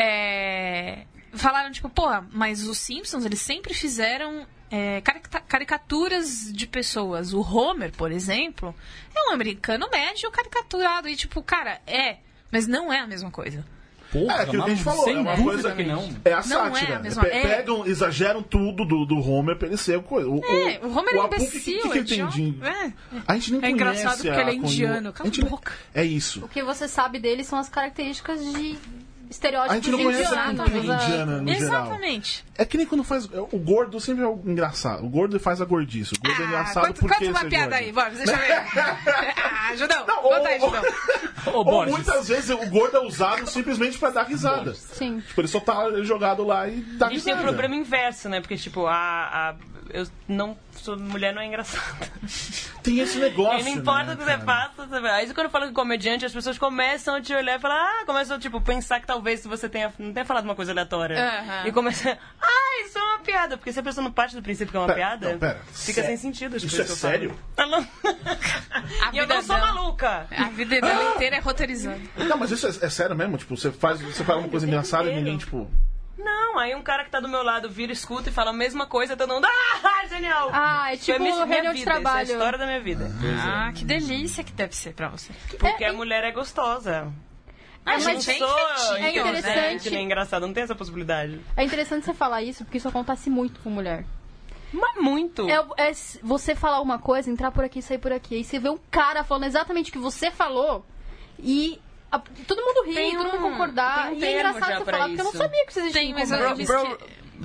falaram, tipo, porra, mas os Simpsons, eles sempre fizeram caricaturas de pessoas. O Homer, por exemplo, é um americano médio caricaturado. E, tipo, cara, mas não é a mesma coisa. Porra, aquilo que a gente falou, sem é uma dúvida coisa que não. É a Não sátira. é a mesma- Pegam, exageram tudo do Homer pra ele ser coisa. O Homer é Apu, imbecil, que ele tem de... A gente nem conhece engraçado porque ele é indiano. Cala a boca. É isso. O que você sabe dele são as características de estereótipos A gente não conhece a indianos. cultura indiana no geral. Exatamente. É que nem quando faz... O gordo sempre é o engraçado. O gordo faz a gordice. O gordo é engraçado porque conta uma ser piada gordo. aí, Boris, deixa eu ver. Judão, conta aí, Judão. Ou muitas vezes o gordo é usado simplesmente pra dar risada. Sim. Tipo, ele só tá jogado lá e dá A gente tem risada. um problema inverso, né? Porque, tipo, eu não sou mulher, não é engraçada. Tem esse negócio, Não importa o que você cara? faça, você vai. Aí quando eu falo de comediante, as pessoas começam a te olhar e falar, começam, tipo, pensar que talvez se você não tenha falado uma coisa aleatória. Aham. E começa, isso é uma piada. Porque se a pessoa não parte do princípio que é uma piada, não, pera. fica sem sentido. As Isso coisas é que eu falo. sério? Eu não- A E eu vida não sou dela- maluca. A vida dela inteira é roteirizada. Não, mas isso é sério mesmo? Tipo, você fala uma coisa engraçada e ninguém, tipo... Não, aí um cara que tá do meu lado vira, escuta e fala a mesma coisa, todo mundo, genial! Ah, é tipo minha reunião de vida, trabalho. Isso é a história da minha vida. Ah, que delícia que deve ser pra você. Porque a mulher é gostosa. A Eu gente não é sou infeliz, né? interessante. Nem engraçado, não tem essa possibilidade. É interessante você falar isso, porque isso acontece muito com mulher. Mas muito. É você falar uma coisa, entrar por aqui e sair por aqui. Aí você vê um cara falando exatamente o que você falou e todo mundo ri, Tem todo mundo um- concordar. tem um E é termo engraçado já você pra falar, porque eu não isso. sabia que isso existia. Tem, mas como- eu-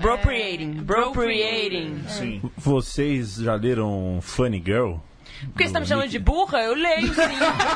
Bropriating. Sim. Vocês já leram Funny Girl? Porque você tá me chamando de burra? Eu leio, sim.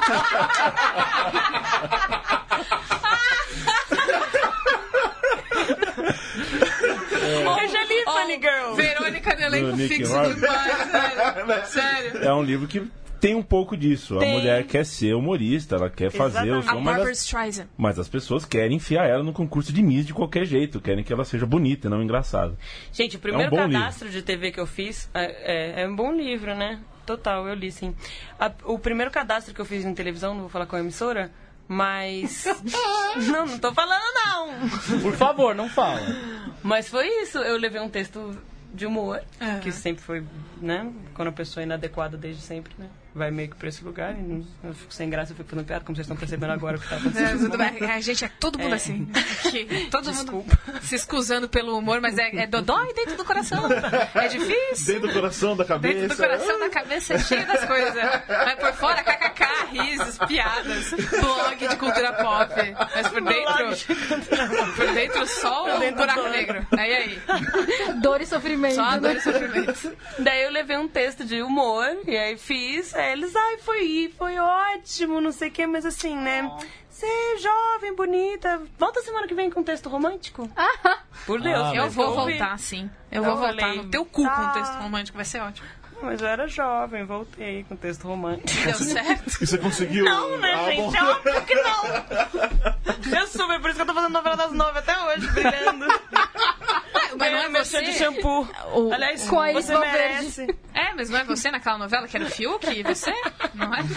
Eu já li Funny Girl. Verônica no elenco Do Nick fixo Horner. demais, sério. É um livro que tem um pouco disso. Tem. A mulher quer ser humorista, ela quer fazer o Exatamente. A som, Barbara Streisand. mas as pessoas querem enfiar ela no concurso de Miss de qualquer jeito, querem que ela seja bonita e não engraçada. Gente, o primeiro bom cadastro de TV que eu fiz é um bom livro, né? Total, eu li, sim. O primeiro cadastro que eu fiz em televisão, não vou falar com a emissora, mas... não tô falando, não! Por favor, não fala. Mas foi isso, eu levei um texto de humor, Aham. que sempre foi, né? Quando a pessoa é inadequada desde sempre, né? Vai meio que pra esse lugar e eu fico sem graça, eu fico fazendo piada, como vocês estão percebendo agora o que tá acontecendo. Tudo bem. A gente é todo mundo assim. Aqui, todo Desculpa. mundo se excusando pelo humor, mas é dodói dentro do coração. É difícil. Dentro do coração, da cabeça. Dentro do coração, da cabeça, é cheio das coisas. Mas por fora, kkk, risos, piadas, blog de cultura pop. Mas por dentro só um buraco negro. Aí. Dor e sofrimento. Só a né? dor e sofrimento. Daí eu levei um texto de humor, e aí fiz, aí eles, foi ótimo, não sei o que, mas assim, né? Você é jovem, bonita, volta semana que vem com um texto romântico? Por Deus. Eu mas vou ouvi. voltar, sim. Eu Então vou eu voltar falei, no teu cu com um tá. texto romântico, vai ser ótimo. Mas eu era jovem, voltei com texto romântico. Deu certo? E você conseguiu... Não, né, bom. gente? Óbvio que não. Eu super, por isso que eu tô fazendo novela das 9 até hoje, brilhando. Mas não é Mexendo você? de shampoo. Aliás, Com a você Isma merece. É, mas não é você naquela novela que era o Fiuk e você? Não é?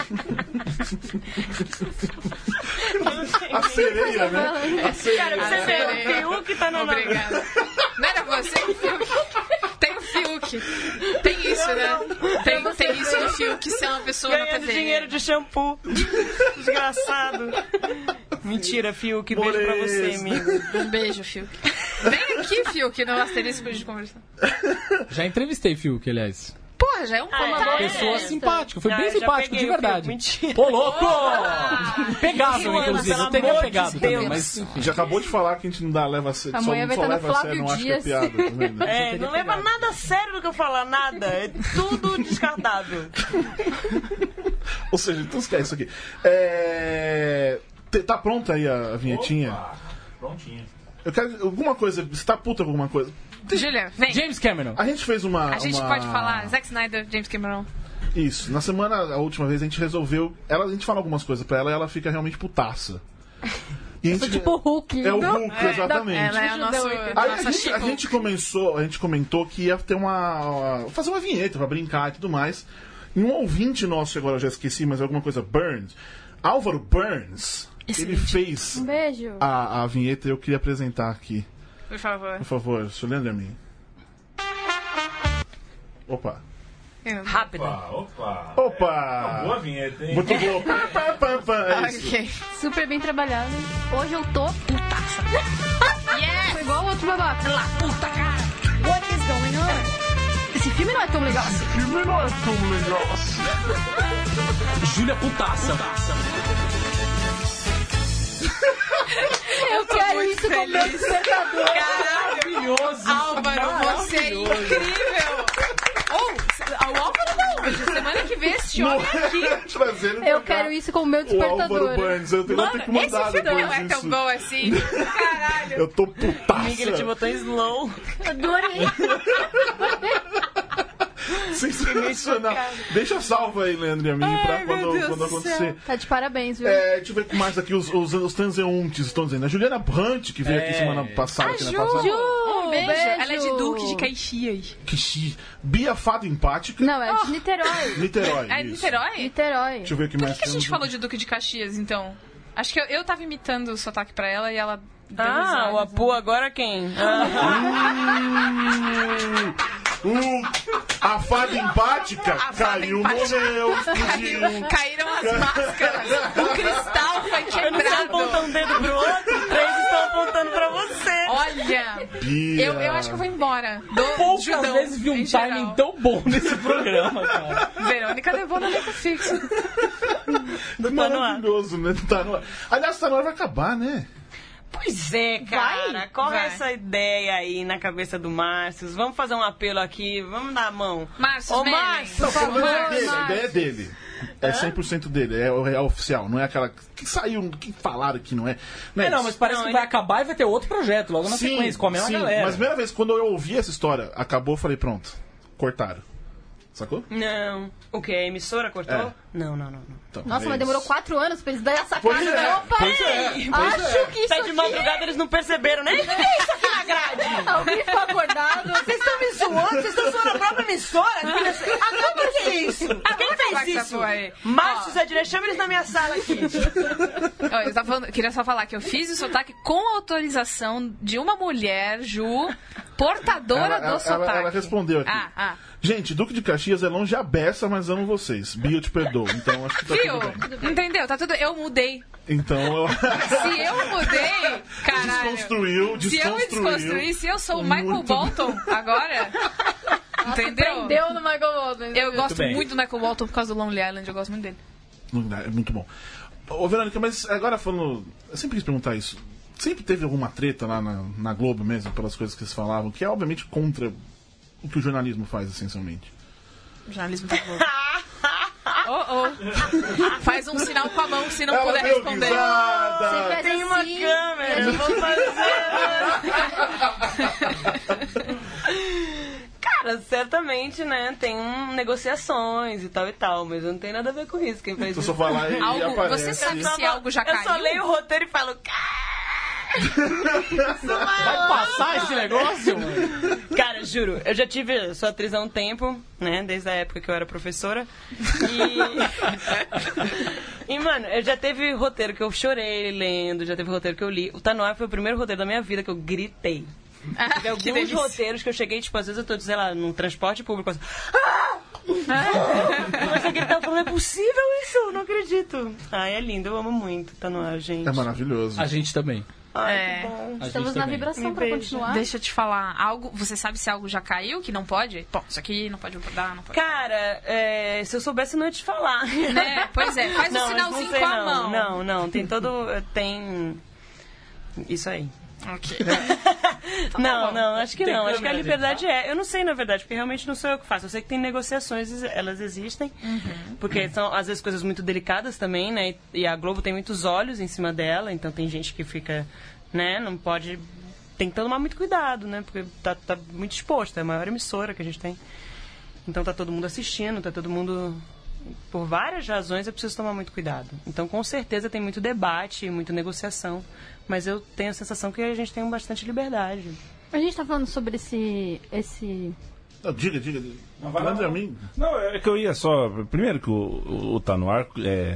A sereia, né? A sereia. Cara, você vê, o Fiuk tá na novela. Obrigada. Não era você o Fiuk? Tem o Fiuk. Tem isso, né? Tem isso no Fiuk ser uma pessoa na Ganhando TV. dinheiro de shampoo. Desgraçado. Mentira, Fiuk. Beijo pra você, amigo. Um beijo, Fiuk. Vem aqui, Fiuk, no asterisco pra gente conversar. Já entrevistei Fiuk, aliás. Porra, já é um contato. Pessoa simpática. Foi bem já simpático, peguei de verdade. Mentira. Ô, louco! Pegável, inclusive. Eu teria pegado também, mas enfim. Já acabou de falar que a gente não leva a sério. Amanhã vai só estar no leva a sério, Flávio não acha que é Dias. piada. Tá vendo? Não leva nada a sério do que eu falar, nada. É tudo descartável. Ou seja, então esquece isso aqui. Tá pronta aí a vinhetinha? Opa, prontinho. Eu quero alguma coisa. Você tá puta com alguma coisa? Julia, vem. James Cameron. A gente fez uma. A gente pode falar Zack Snyder, James Cameron. Isso. Na semana, a última vez, a gente resolveu. A gente fala algumas coisas pra ela e ela fica realmente putaça. E a gente... Tipo o Hulk. É o Hulk, exatamente. Ela é o nosso... Aí a gente comentou que ia ter fazer uma vinheta pra brincar e tudo mais. E um ouvinte nosso, agora eu já esqueci, mas é alguma coisa, Burns. Álvaro Burns, ele fez Um beijo. a vinheta e eu queria apresentar aqui. Por favor. Por favor, Solenda a mim. Opa. Rápida. Opa! Boa vinheta, hein? Muito boa. É isso. Ok. Super bem trabalhado. Hoje eu tô putaça. Yes! Foi igual o outro babaca. Lá, puta cara! What is going on? Esse filme não é tão legal assim. Júlia Putaça. Eu quero isso como meu despertador. Maravilhoso. Álvaro, você é incrível! O Álvaro não, hoje, semana que vem esse homem aqui. Trazendo Eu pra cá quero isso como meu o Álvaro despertador. Burns. Eu tenho que Esse mandar filme depois não é tão isso. bom assim. Caralho. Eu tô putaça. Amiga, ele te botou em slow. Adorei. Sensacional. Deixa salvo aí, Leandro e a mim, pra quando acontecer. Tá de parabéns, viu? Deixa eu ver mais aqui os transeuntes estão dizendo. A Juliana Brandt, que veio aqui semana passada. aqui na passada. Um beijo. Beijo. Ela é de Duque de Caxias. Bia Fado Empática. Não, é de Niterói. Niterói. É isso. Niterói? Niterói. Deixa eu ver o que Por mais que a gente temos. falou de Duque de Caxias, então? Acho que eu tava imitando o sotaque pra ela e ela... deu O risada. Apu agora quem? A fada empática caiu, morreu, explodiu. Caíram as máscaras. O cristal foi Um está quebrado. apontando um dedo pro outro, 3 estão apontando pra você. Olha, Bia. eu acho que eu vou embora. Poucas Judão, vezes vi um em timing geral. tão bom nesse programa, cara. Verônica levou na letra fixa. Maravilhoso, né? Tá no ar. Aliás, tá no ar, vai acabar, né? Pois é, cara. Corre Vai. essa ideia aí na cabeça do Márcio. Vamos fazer um apelo aqui. Vamos dar a mão. Márcio, Ô, vem. Márcio. Não, pelo menos é dele, a Márcio. ideia é dele. É 100% dele, é oficial, não é aquela que saiu, que falaram que não é. Não, Não, mas parece Não, que ele- vai acabar e vai ter outro projeto logo na sequência, com a mesma galera. Mas a primeira vez, quando eu ouvi essa história, acabou, eu falei, pronto, cortaram. Sacou? Não. O que? A emissora cortou? É. Não. Então, Nossa, é mas demorou isso. 4 anos pra eles darem essa Pois sacada. é, Opa, pois é, ei, pois acho é. que isso Tá de aqui... madrugada, eles não perceberam, né? Isso aqui na grade. Alguém ficou acordado. Vocês estão me zoando? Vocês estão zoando a própria emissora? Quem fez isso? Quem falar fez que essa isso? porra aí. Márcio Zé Dire, chama eles na minha sala aqui. Ó, eu tava falando, queria só falar que eu fiz o sotaque com autorização de uma mulher, Ju, portadora do sotaque. Ela respondeu aqui. Gente, Duque de Caxias é longe a beça, mas amo vocês. Bia, eu te perdoo. Então acho que tá Viu? tudo bem. Entendeu? Tá tudo. Eu mudei. Então Se eu mudei, caralho. desconstruiu. Se eu me desconstruir, se eu sou o Michael Muito Bolton agora. Entendeu? Deu no Michael Bolton. Eu gosto bem. muito do Michael Bolton por causa do Lonely Island, eu gosto muito dele. É muito bom. Ô, Verônica, mas agora falando... Eu sempre quis perguntar isso. Sempre teve alguma treta lá na Globo mesmo, pelas coisas que eles falavam, que é obviamente contra o que o jornalismo faz, essencialmente. O jornalismo tá bom. Faz um sinal com a mão se não Ela puder deu responder. risada. Você faz Tem uma assim, câmera, eu vou fazer. Cara, certamente, né, tem negociações e tal, mas eu não tenho nada a ver com isso. Quem faz Eu isso? só falar e Algo- aparece. você sabe se algo já Eu só caiu? leio o roteiro e falo... Vai passar esse negócio, mano? Cara, juro, eu já tive, sou atriz há um tempo, né? Desde a época que eu era professora. E, mano, eu já teve roteiro que eu chorei lendo, já teve roteiro que eu li. O Tá No Ar foi o primeiro roteiro da minha vida que eu gritei. Teve Que alguns delícia. roteiros que eu cheguei, tipo, às vezes eu tô, sei lá, num transporte público, assim... Comecei a gritar, eu falei, não é possível isso, não acredito. Ai, é lindo, eu amo muito, Tá No Ar, gente. É maravilhoso. A gente também. Ai, que bom. Estamos na vibração pra continuar. Deixa eu te falar. Você sabe se algo já caiu que não pode? Bom, isso aqui não pode mudar, não pode. Cara, se eu soubesse, não ia te falar. Né? Pois é, faz um sinalzinho com a mão. Não, tem todo... Tem... Isso aí. Ok. Não, acho que não. Acho que a liberdade eu não sei, na verdade, porque realmente não sou eu que faço. Eu sei que tem negociações, elas existem, porque são, às vezes, coisas muito delicadas também, né? E a Globo tem muitos olhos em cima dela, então tem gente que fica, né? Não pode... Tem que tomar muito cuidado, né? Porque tá muito exposto, é a maior emissora que a gente tem. Então tá todo mundo assistindo, tá todo mundo... Por várias razões é preciso tomar muito cuidado. Então, com certeza, tem muito debate, muita negociação. Mas eu tenho a sensação que a gente tem bastante liberdade. A gente tá falando sobre esse... Não, diga. Não, vai lá, mim. Não, é que eu ia só... Primeiro que o Tá No Ar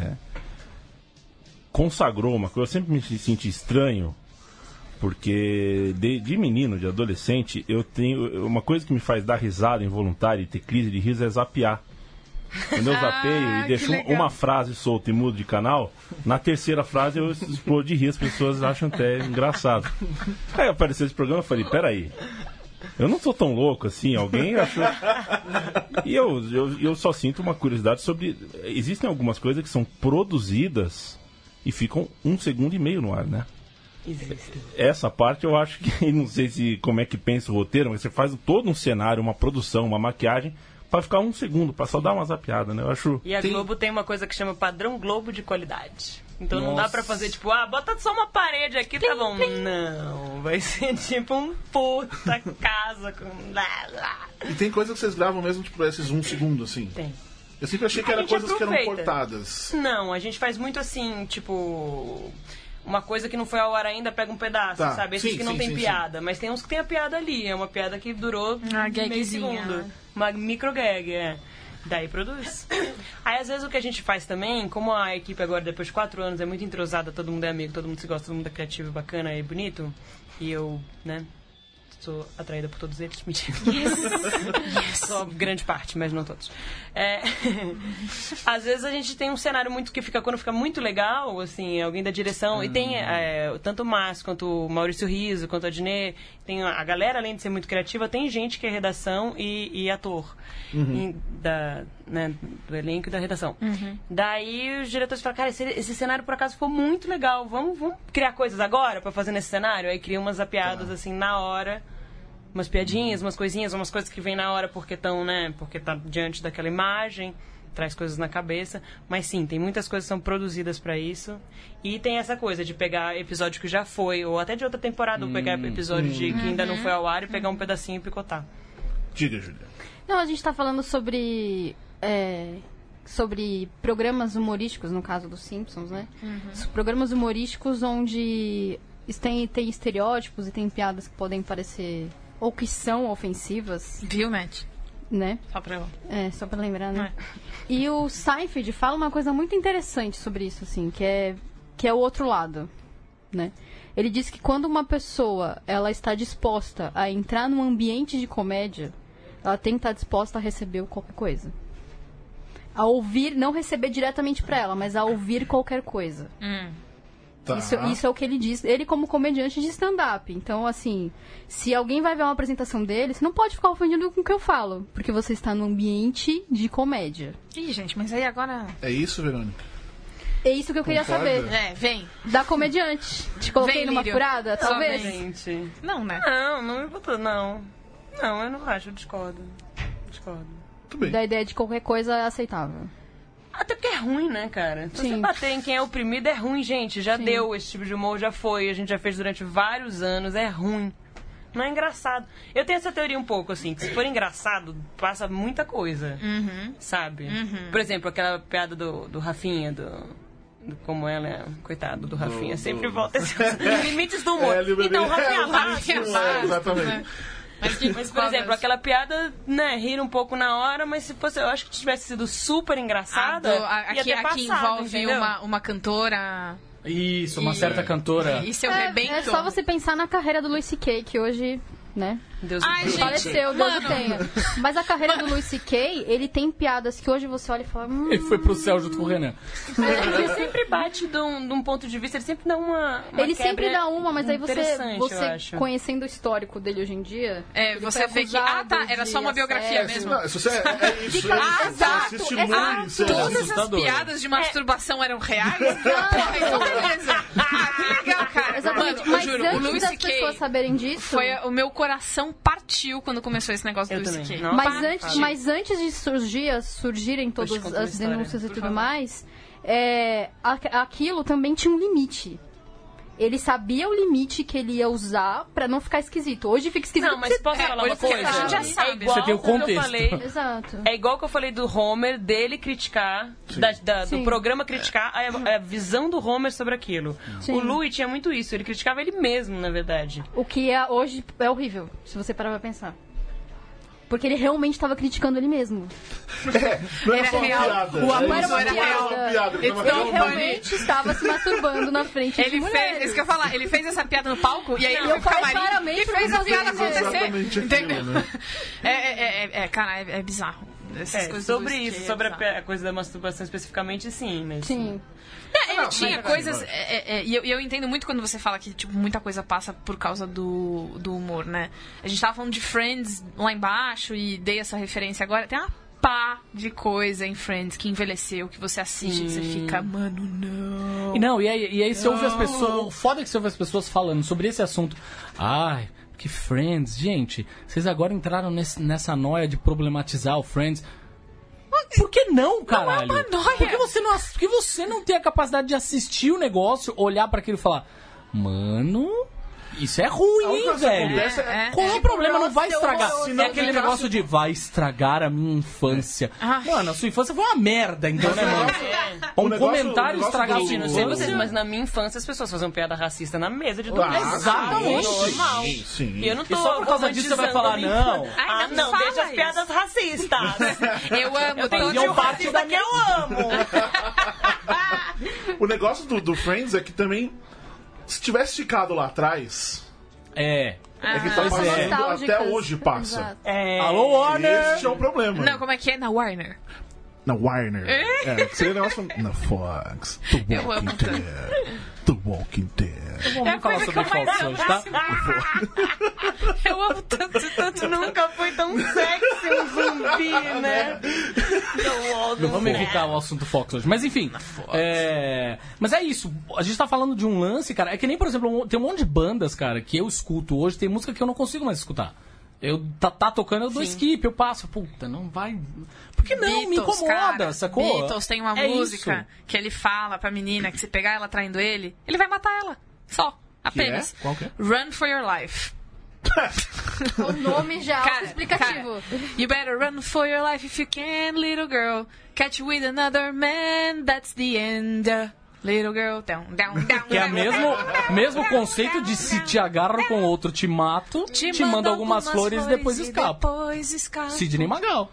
consagrou uma coisa. Eu sempre me senti estranho, porque de menino, de adolescente, eu tenho... Uma coisa que me faz dar risada involuntária e ter crise de riso é zapear. Quando eu zapeio e deixo uma frase solta e mudo de canal, na terceira frase eu explodo de rir, as pessoas acham até engraçado. Aí apareceu esse programa, eu falei, peraí, eu não sou tão louco assim, alguém achou... E eu só sinto uma curiosidade sobre... Existem algumas coisas que são produzidas e ficam 1,5 segundos no ar, né? Existe. Essa parte eu acho que, não sei como é que pensa o roteiro, mas você faz todo um cenário, uma produção, uma maquiagem... Pra ficar 1 segundo, pra só dar uma zapeada, né? Eu acho... E a Globo tem uma coisa que chama padrão Globo de qualidade. Então não dá pra fazer tipo, bota só uma parede aqui, tá bom. Não, vai ser tipo um puta casa com... E tem coisas que vocês gravam mesmo, tipo, esses 1 segundo, assim? Tem. Eu sempre achei que eram coisas que eram cortadas. Não, a gente faz muito assim, tipo... Uma coisa que não foi ao ar ainda, pega um pedaço, sabe? Esses que não tem piada. Mas tem uns que tem a piada ali. É uma piada que durou meio segundo. Uma micro gag, Daí produz. Aí, às vezes, o que a gente faz também, como a equipe agora, depois de 4 anos, é muito entrosada, todo mundo é amigo, todo mundo se gosta, todo mundo é criativo, bacana e bonito. E eu, né... Sou atraída por todos eles, mentira. Só grande parte, mas não todos. Às vezes a gente tem um cenário muito que fica, quando fica muito legal, assim, alguém da direção, e tem tanto o Márcio, quanto o Maurício Riso, quanto a Dinê, tem a galera, além de ser muito criativa, tem gente que é redação e ator do elenco e da redação. Daí os diretores falam, cara, esse cenário por acaso ficou muito legal, vamos criar coisas agora pra fazer nesse cenário? Aí cria umas zapeadas assim na hora, umas piadinhas, umas coisinhas, umas coisas que vêm na hora porque estão, né, porque tá diante daquela imagem, traz coisas na cabeça, mas sim, tem muitas coisas que são produzidas pra isso, e tem essa coisa de pegar episódio que já foi, ou até de outra temporada, ou pegar episódio que ainda não foi ao ar e pegar um pedacinho e picotar. Diga, Júlia. Não, a gente tá falando sobre programas humorísticos, no caso dos Simpsons, né? Programas humorísticos onde tem estereótipos e tem piadas que podem parecer, ou que são ofensivas. Viu, Matt? Né? Só pra lembrar, né? E o Seinfeld fala uma coisa muito interessante sobre isso, assim, que é o outro lado, né? Ele diz que quando uma pessoa ela está disposta a entrar num ambiente de comédia, ela tem que estar disposta a receber qualquer coisa. A ouvir, não receber diretamente pra ela, mas a ouvir qualquer coisa. Tá. Isso é o que ele diz. Ele como comediante de stand-up. Então, assim, se alguém vai ver uma apresentação dele, você não pode ficar ofendido com o que eu falo. Porque você está num ambiente de comédia. Ih, gente, mas aí agora... É isso, Verônica? É isso que eu queria saber. Vem. Da comediante. Te coloquei Vem, numa Lírio. furada, talvez? Gente. Não, né? Não me botou, não. Não, eu não acho, eu discordo. Tudo bem. Da ideia de qualquer coisa é aceitável. Até porque é ruim, né, cara? Se Sim. você bater em quem é oprimido, é ruim, gente. Já deu esse tipo de humor, já foi. A gente já fez durante vários anos, é ruim. Não é engraçado. Eu tenho essa teoria um pouco, assim, que se for engraçado, passa muita coisa. Sabe? Por exemplo, aquela piada do Rafinha, como ela é, coitado do Rafinha, sempre volta esses limites do humor. Então, Rafinha, exatamente. Mas, por exemplo, aquela piada, né, rir um pouco na hora, mas se fosse, eu acho que tivesse sido super engraçada, ia ter aqui passado, envolve entendeu? uma cantora... Isso, uma certa cantora. Isso eu rebento. É só você pensar na carreira do Louis C.K., que hoje né? Deus faleceu, Deus o tenha. Mas a carreira do Louis C.K., ele tem piadas que hoje você olha e fala... Ele foi pro céu junto com o Renan. Ele sempre bate de um ponto de vista, ele sempre dá uma ele sempre dá uma, mas aí você conhecendo o histórico dele hoje em dia... você vê que... era só uma biografia mesmo. Não, isso é isso. Exato. Todas as piadas de masturbação eram reais? Então beleza. Que legal, cara. Exatamente. Mano, mas juro, antes o Louis das C.K. pessoas saberem disso... o meu coração partiu quando começou esse negócio do Louis C.K. Mas antes de surgirem todas as denúncias e tudo mais, aquilo também tinha um limite. Ele sabia o limite que ele ia usar pra não ficar esquisito. Hoje fica esquisito. Não, mas posso falar uma coisa? A gente já sabe. Você tem o contexto. Eu falei, Exato. é igual que eu falei do Homer, dele criticar, do programa criticar a visão do Homer sobre aquilo. Sim. O Louis tinha muito isso, ele criticava ele mesmo, na verdade. O que hoje é horrível, se você parar pra pensar. Porque ele realmente estava criticando ele mesmo. Não era só uma piada. O amor era uma piada. Ele realmente estava se masturbando na frente de mulheres. Isso que eu ia falar, ele fez essa piada no palco e aí ele eu foi pro falei camarim claramente e fez a piada acontecer. Entendeu? Né? Cara, é bizarro. Essas coisas sobre isso, sobre a coisa da masturbação especificamente, sim. Mas... Sim. Ele tinha coisas... E eu entendo muito quando você fala que tipo, muita coisa passa por causa do humor, né? A gente tava falando de Friends lá embaixo e dei essa referência agora. Tem uma pá de coisa em Friends que envelheceu, que você assiste e você fica, mano, não. E aí você ouve as pessoas... O foda é que você ouve as pessoas falando sobre esse assunto. Ai... Que Friends, gente, vocês agora entraram nessa noia de problematizar o Friends. Por que não, caralho? Não é uma noia. Por que você não tem a capacidade de assistir o negócio, olhar pra aquilo e falar, mano, isso é ruim, hein, velho? Qual é o problema? Não vai estragar. É aquele negócio de vai estragar a minha infância. Mano, a sua infância foi uma merda, então, né, mano? Um comentário estragar a sua Não sei infância. vocês, mas na minha infância as pessoas faziam piada racista na mesa de dormir. Exatamente. Normal. Sim. E eu não tô E só por causa disso você vai falar, não. Não, fala deixa as isso. piadas racistas. Eu amo. Eu tenho um tio racista que eu amo. O negócio do Friends é que também, se tivesse ficado lá atrás... É que tá passando, até hoje passa. Alô, Warner! Esse é o problema. Não, como é que é? Na Warner. Na Warner. Seria um negócio na Fox. The Walking Dead. The Walking Dead. Vamos falar sobre Fox hoje, tá? Eu amo tanto. Nunca foi tão sexy um zumbi, né? Não vamos evitar o assunto Fox hoje. Mas enfim. Mas é isso. A gente tá falando de um lance, cara. É que nem, por exemplo, tem um monte de bandas, cara, que eu escuto hoje. Tem música que eu não consigo mais escutar. Eu tá tocando, eu dou skip, eu passo. Puta, não vai... Porque não, Beatles, me incomoda, cara, sacou? Beatles tem uma música que ele fala pra menina que se pegar ela traindo ele vai matar ela. Só. Apenas. Qual que é? Run for your life. O nome já é explicativo. You better run for your life if you can, little girl. Catch you with another man, that's the end. Little girl, down. Que é o mesmo conceito de se te agarro com outro, te mato, te mando algumas flores e depois escapo. Sidney Magal.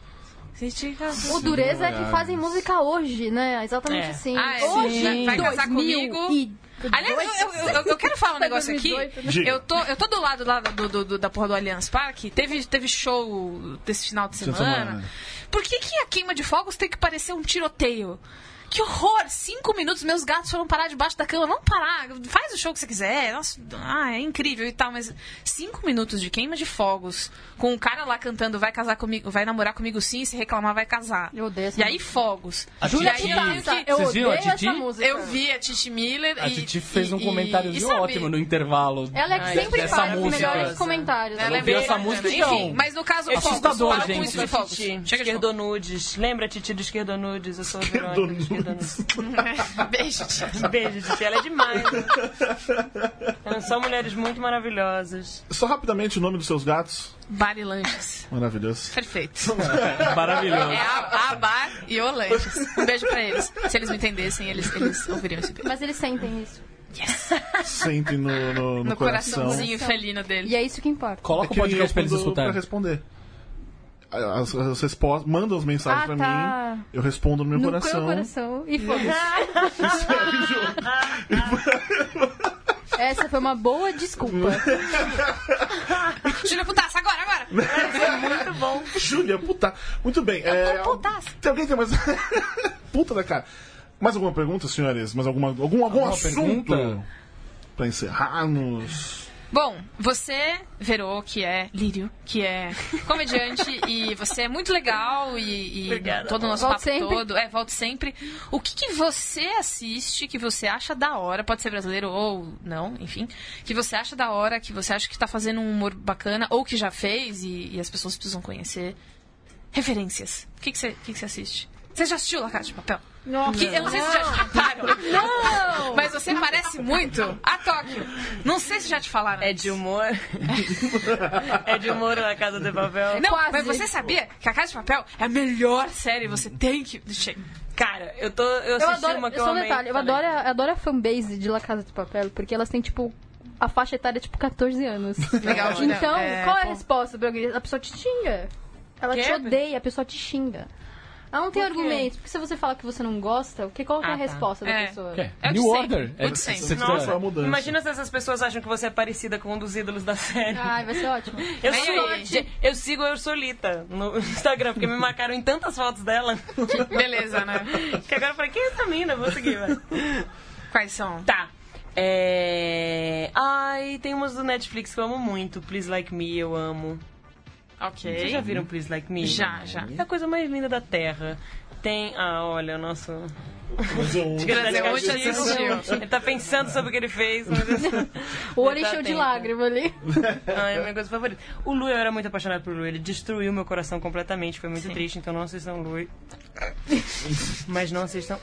O dureza é que fazem música hoje, né? Exatamente assim. Hoje, vai casar comigo. Aliás, eu quero falar um negócio aqui. Eu tô do lado lá da porra do Allianz Parque. Teve show desse final de semana. Por que a queima de fogos tem que parecer um tiroteio? Que horror! 5 minutos, meus gatos foram parar debaixo da cama. Vamos parar, faz o show que você quiser. Nossa, é incrível e tal, mas 5 minutos de queima de fogos, com um cara lá cantando vai casar comigo, vai namorar comigo sim, se reclamar vai casar. Eu odeio essa E aí fogos. A Júlia Titi, eu vocês viram a odeio Titi? essa música. Eu vi a Titi Miller A Titi fez um comentáriozinho ótimo no intervalo. Ela é que sempre dessa faz os música. melhores comentários. Ela Eu vi essa música, então. Enfim, mas no caso, assustador, fogos, gente. Com isso de fogos. Chega de Esquerdonudes. Lembra a Titi do Esquerdonudes? Eu sou a Verônica. Esquerdonudes. Beijo, Titi. Beijo, Titi. Ela é demais. São mulheres muito maravilhosas. Só rapidamente o nome dos seus gatos. Bar e Lanches. Maravilhoso. Perfeito. Maravilhoso. É a Bar e o Lanches. Um beijo pra eles. Se eles me entendessem, eles ouviriam esse beijo. Mas eles sentem isso. Sentem no coraçãozinho felino dele. E é isso que importa. Coloca o podcast pra eles escutarem. Pra responder. As respostas, mandam as mensagens pra mim, eu respondo no meu coração. E foda-se. Essa foi uma boa desculpa. Júlia Putaça, agora! Muito bom. Júlia Putaça. Muito bem. Putaça. Alguém tem mais... Puta da cara. Mais alguma pergunta, senhores? Mais algum assunto? Pergunta? Pra encerrarmos... Bom, você, Verô, que é Lírio, que é comediante, e você é muito legal e Obrigada, todo o nosso volte papo sempre. todo. Volte sempre. O que você assiste, que você acha da hora, pode ser brasileiro ou não, enfim, que você acha da hora, que você acha que tá fazendo um humor bacana, ou que já fez e as pessoas precisam conhecer. Referências. O que você assiste? Você já assistiu La Casa de Papel? Não. Eu não sei se já te falaram. Não! Mas você parece muito a Tóquio. Não sei se já te falaram. É de humor. É de humor na Casa de Papel. Não, Quase. mas você sabia que a Casa de Papel é a melhor série? Você tem que... Cara, eu Eu assisti adoro, uma que só eu um amei. detalhe, eu adoro a fanbase de La Casa de Papel, porque elas têm, tipo, a faixa etária é, tipo, 14 anos. Legal, né? Então, É, qual é a pô. resposta, Bruno? A pessoa te xinga. Ela Quê? te odeia, a pessoa te xinga. Ela não tem Por quê? argumentos, porque se você fala que você não gosta, qual que é a Ah, tá. resposta da pessoa? Que é? É o de New sempre, Order. o de sempre. Você Nossa, tá- a mudança. Imagina se essas pessoas acham que você é parecida com um dos ídolos da série. Ai, vai ser ótimo. Eu sigo a Ursulita no Instagram, porque me marcaram em tantas fotos dela. Beleza, né? Que agora eu falei, quem é essa mina? Vou seguir, vai. Quais são? Tá. Ai, tem umas do Netflix que eu amo muito. Please Like Me, eu amo. Ok. Vocês já viram Please Like Me? Já. É a coisa mais linda da Terra. Tem... olha, o nosso... Brasil hoje assistiu. Ele tá pensando sobre o que ele fez. Mas... O olho Ele tá encheu de atento. lágrima ali. É a minha coisa favorita. O Lu, eu era muito apaixonado por Lu. Ele destruiu meu coração completamente. Foi muito triste, então não assistam Lu. Mas não assistam.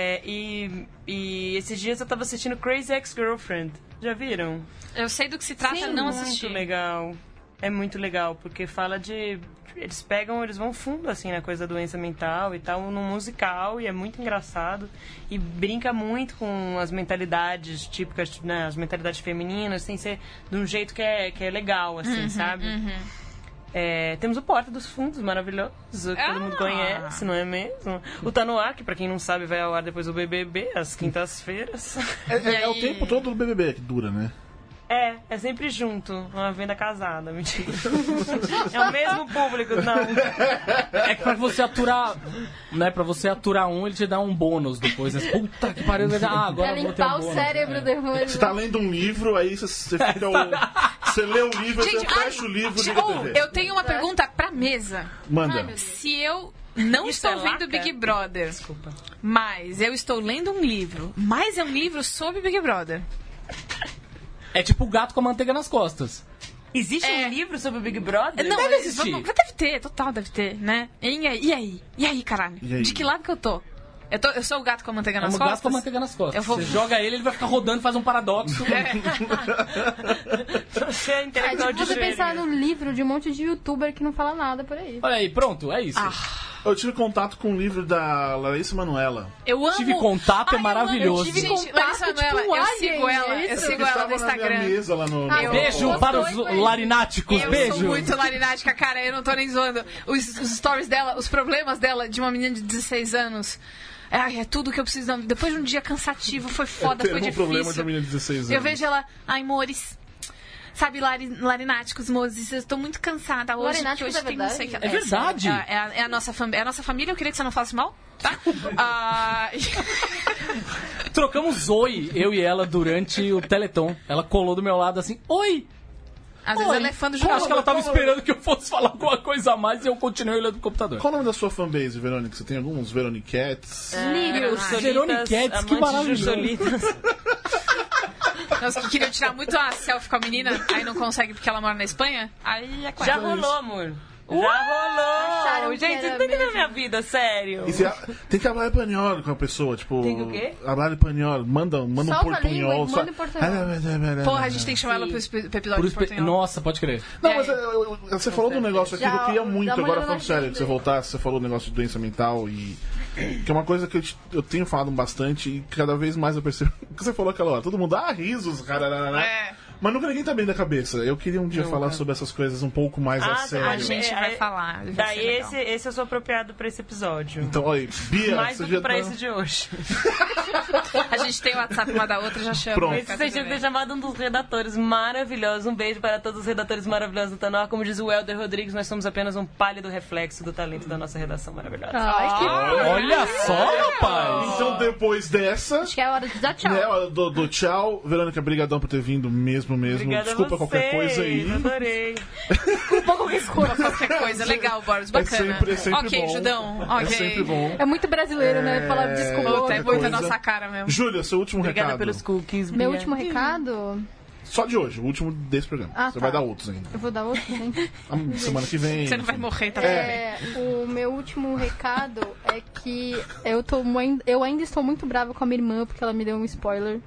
E esses dias eu tava assistindo Crazy Ex-Girlfriend. Já viram? Eu sei do que se trata, Sim, não muito assisti. legal. É muito legal, porque fala de... Eles vão fundo, assim, na coisa da doença mental e tal, num musical, e é muito engraçado. E brinca muito com as mentalidades típicas, né, as mentalidades femininas, sem ser de um jeito que é legal, assim, sabe? Temos o Porta dos Fundos, maravilhoso, que todo mundo conhece, não é mesmo? O Tá No Ar, que pra quem não sabe vai ao ar depois do BBB, às quintas-feiras. É o tempo todo do BBB que dura, né? É sempre junto, uma venda casada, mentira. É o mesmo público, não. É que pra você aturar, né? Pra você aturar um, ele te dá um bônus depois. Né? Puta que pariu. Agora Pra eu vou ter um limpar o bônus. cérebro depois. Você tá lendo um livro, aí você fica... Você lê o livro, você fecha o livro e liga a TV. Eu tenho uma pergunta pra mesa. Manda. Se eu não Isso estou é vendo laca? Big Brother, Desculpa. mas eu estou lendo um livro, mas é um livro sobre Big Brother. É tipo o gato com a manteiga nas costas. Existe um livro sobre o Big Brother? Não, Deve existir. Deve ter, total deve ter, né? E aí? E aí, caralho? E aí? De que lado que eu tô? Eu sou o gato com a manteiga É nas um costas? gato com a manteiga nas costas. Eu vou- Você joga ele vai ficar rodando, faz um paradoxo. Você é É intelectual tipo de você pensar gênio. no livro de um monte de youtuber que não fala nada por aí. Olha aí, pronto, é isso. Eu tive contato com o livro da Larissa Manoela. Eu amo. Tive contato, é maravilhoso. Gente, Contato, Larissa Manoela, tipo, eu sigo alien, ela, é eu isso? sigo Que ela no estava na minha Instagram. mesa lá no... Ah, Beijo Gostou, para os foi? larináticos, Eu beijo. sou muito larinática, cara, eu não tô nem zoando. Os stories dela, os problemas dela de uma menina de 16 anos. Ai, é tudo que eu preciso. Depois de um dia cansativo, foi foda, Eu foi tenho um difícil. problema de uma menina de 16 anos. Eu vejo ela, ai, mores. Sabe, larináticos, mozes, eu tô muito cansada hoje. Larináticos Hoje é tem não sei verdade? que- É verdade? É a nossa família. É a nossa família, eu queria que você não falasse mal, tá? Trocamos oi, eu e ela, durante o Teleton. Ela colou do meu lado assim, oi! Às vezes Oi. ela é fã do Eu jogo. acho que ela tava esperando que eu fosse falar alguma coisa a mais e eu continuei olhando o computador. Qual o nome da sua fanbase, Verônica? Você tem alguns Veroniquettes? Lírios. Veroniquettes, que maravilhoso. Nós que queriam tirar muito a selfie com a menina, aí não consegue porque ela mora na Espanha, aí é Já quase. rolou, amor. Já Acharam rolou. que Gente, você era não tá entendendo mesmo. minha vida, sério. E você tem que falar espanhol com a pessoa, tipo... Tem que o quê? Falar espanhol, manda um Solta a portunhol. língua e manda em portunhol. Porra, a gente tem que chamar ela pro episódio Por de espe- portunhol. Nossa, pode crer. Não, mas você falou de um negócio aqui que eu queria muito, dá uma agora olhada falando na sério, agenda que você aí. voltasse, você falou do negócio de doença mental e... Que é uma coisa que eu tenho falado bastante e cada vez mais eu percebo... O que você falou aquela hora? Todo mundo, risos, cara. É. Mas nunca ninguém tá bem da cabeça. Eu queria um dia falar sobre essas coisas um pouco mais a sério. A gente vai falar. Daí esse eu sou apropriado pra esse episódio. Então, olha, Bia... Mais do que pra esse de hoje. A gente tem o WhatsApp uma da outra, já chama. Pronto. Vocês tinham que ter chamado um dos redatores maravilhosos. Um beijo para todos os redatores maravilhosos do Tanor. Como diz o Helder Rodrigues, nós somos apenas um pálido reflexo do talento da nossa redação maravilhosa. Olha só, rapaz! Então, depois dessa... Acho que é hora de dar tchau. É hora do tchau. Verônica, brigadão por ter vindo mesmo. Obrigada. Desculpa qualquer coisa aí. Adorei. Um pouco escura qualquer coisa. Legal, Boris, bacana. É sempre ok, bom. Judão. É sempre bom. É muito brasileiro, né? Falar desculpa. É muito a nossa cara mesmo. Júlia, seu último Obrigada recado. pelos cookies. Meu Bia. último recado... Só de hoje, o último desse programa. Você vai dar outros ainda. Eu vou dar outro, hein? Semana que vem. Você não vai morrer também. O meu último recado é que eu ainda estou muito brava com a minha irmã, porque ela me deu um spoiler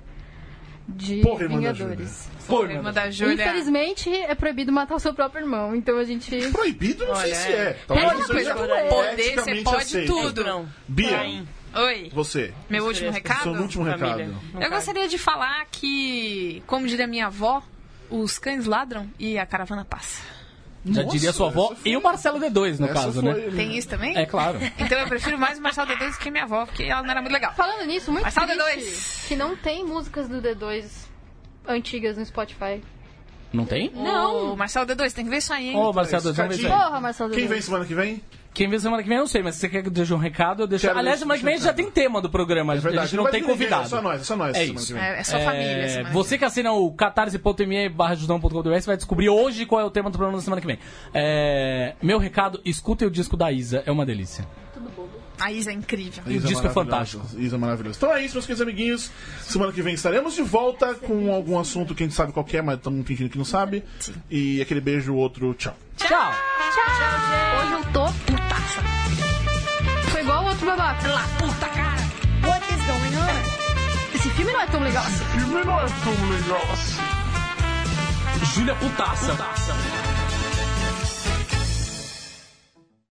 de Porra, irmã da Vingadores. Júlia. Irmã da Júlia. Infelizmente, é proibido matar o seu próprio irmão, então a gente... Proibido, não sei se é. É Talvez uma isso coisa, seja poder, você eticamente pode aceito. tudo. Não. Bia, Oi. você. Meu último recado? Seu último Família. recado. Não Eu cabe. gostaria de falar que, como diria minha avó, os cães ladram e a caravana passa. Já Nossa, diria sua avó essa foi- e o Marcelo D2, no Essa caso, foi- né? Tem isso também? É claro. Então eu prefiro mais o Marcelo D2 que minha avó, porque ela não era muito legal. Falando nisso, muito Mas fala triste D2. que não tem músicas do D2 antigas no Spotify. Não tem? Não. Marcelo D2, tem que ver isso aí, hein? Ô, Marcelo D2, vamos ver isso aí. Porra, Marcelo Quem D2. vem semana que vem? Quem vem semana que vem eu não sei, mas se você quer que eu deixe um recado, eu deixo. Quero Aliás, semana que vem já tem tema do programa, a gente não vai tem ter ninguém, convidado. É só nós, semana isso. que vem. É só família. semana Você que assina o catarse.me/judão.com.br, você vai descobrir hoje qual é o tema do programa da semana que vem. Meu recado, escutem o disco da Isa, é uma delícia. A Isa é incrível. Isa disco é maravilhosa. fantástico. Isa é maravilhoso. Então é isso, meus queridos amiguinhos. Semana que vem estaremos de volta com algum assunto que a gente sabe qual que é, mas estamos fingindo que não sabe. E aquele beijo, o outro, tchau. Tchau! Hoje eu tô putaça. Foi igual o outro babaca. Lá, puta cara! What is going on? Esse filme não é tão legal assim. Júlia Putaça.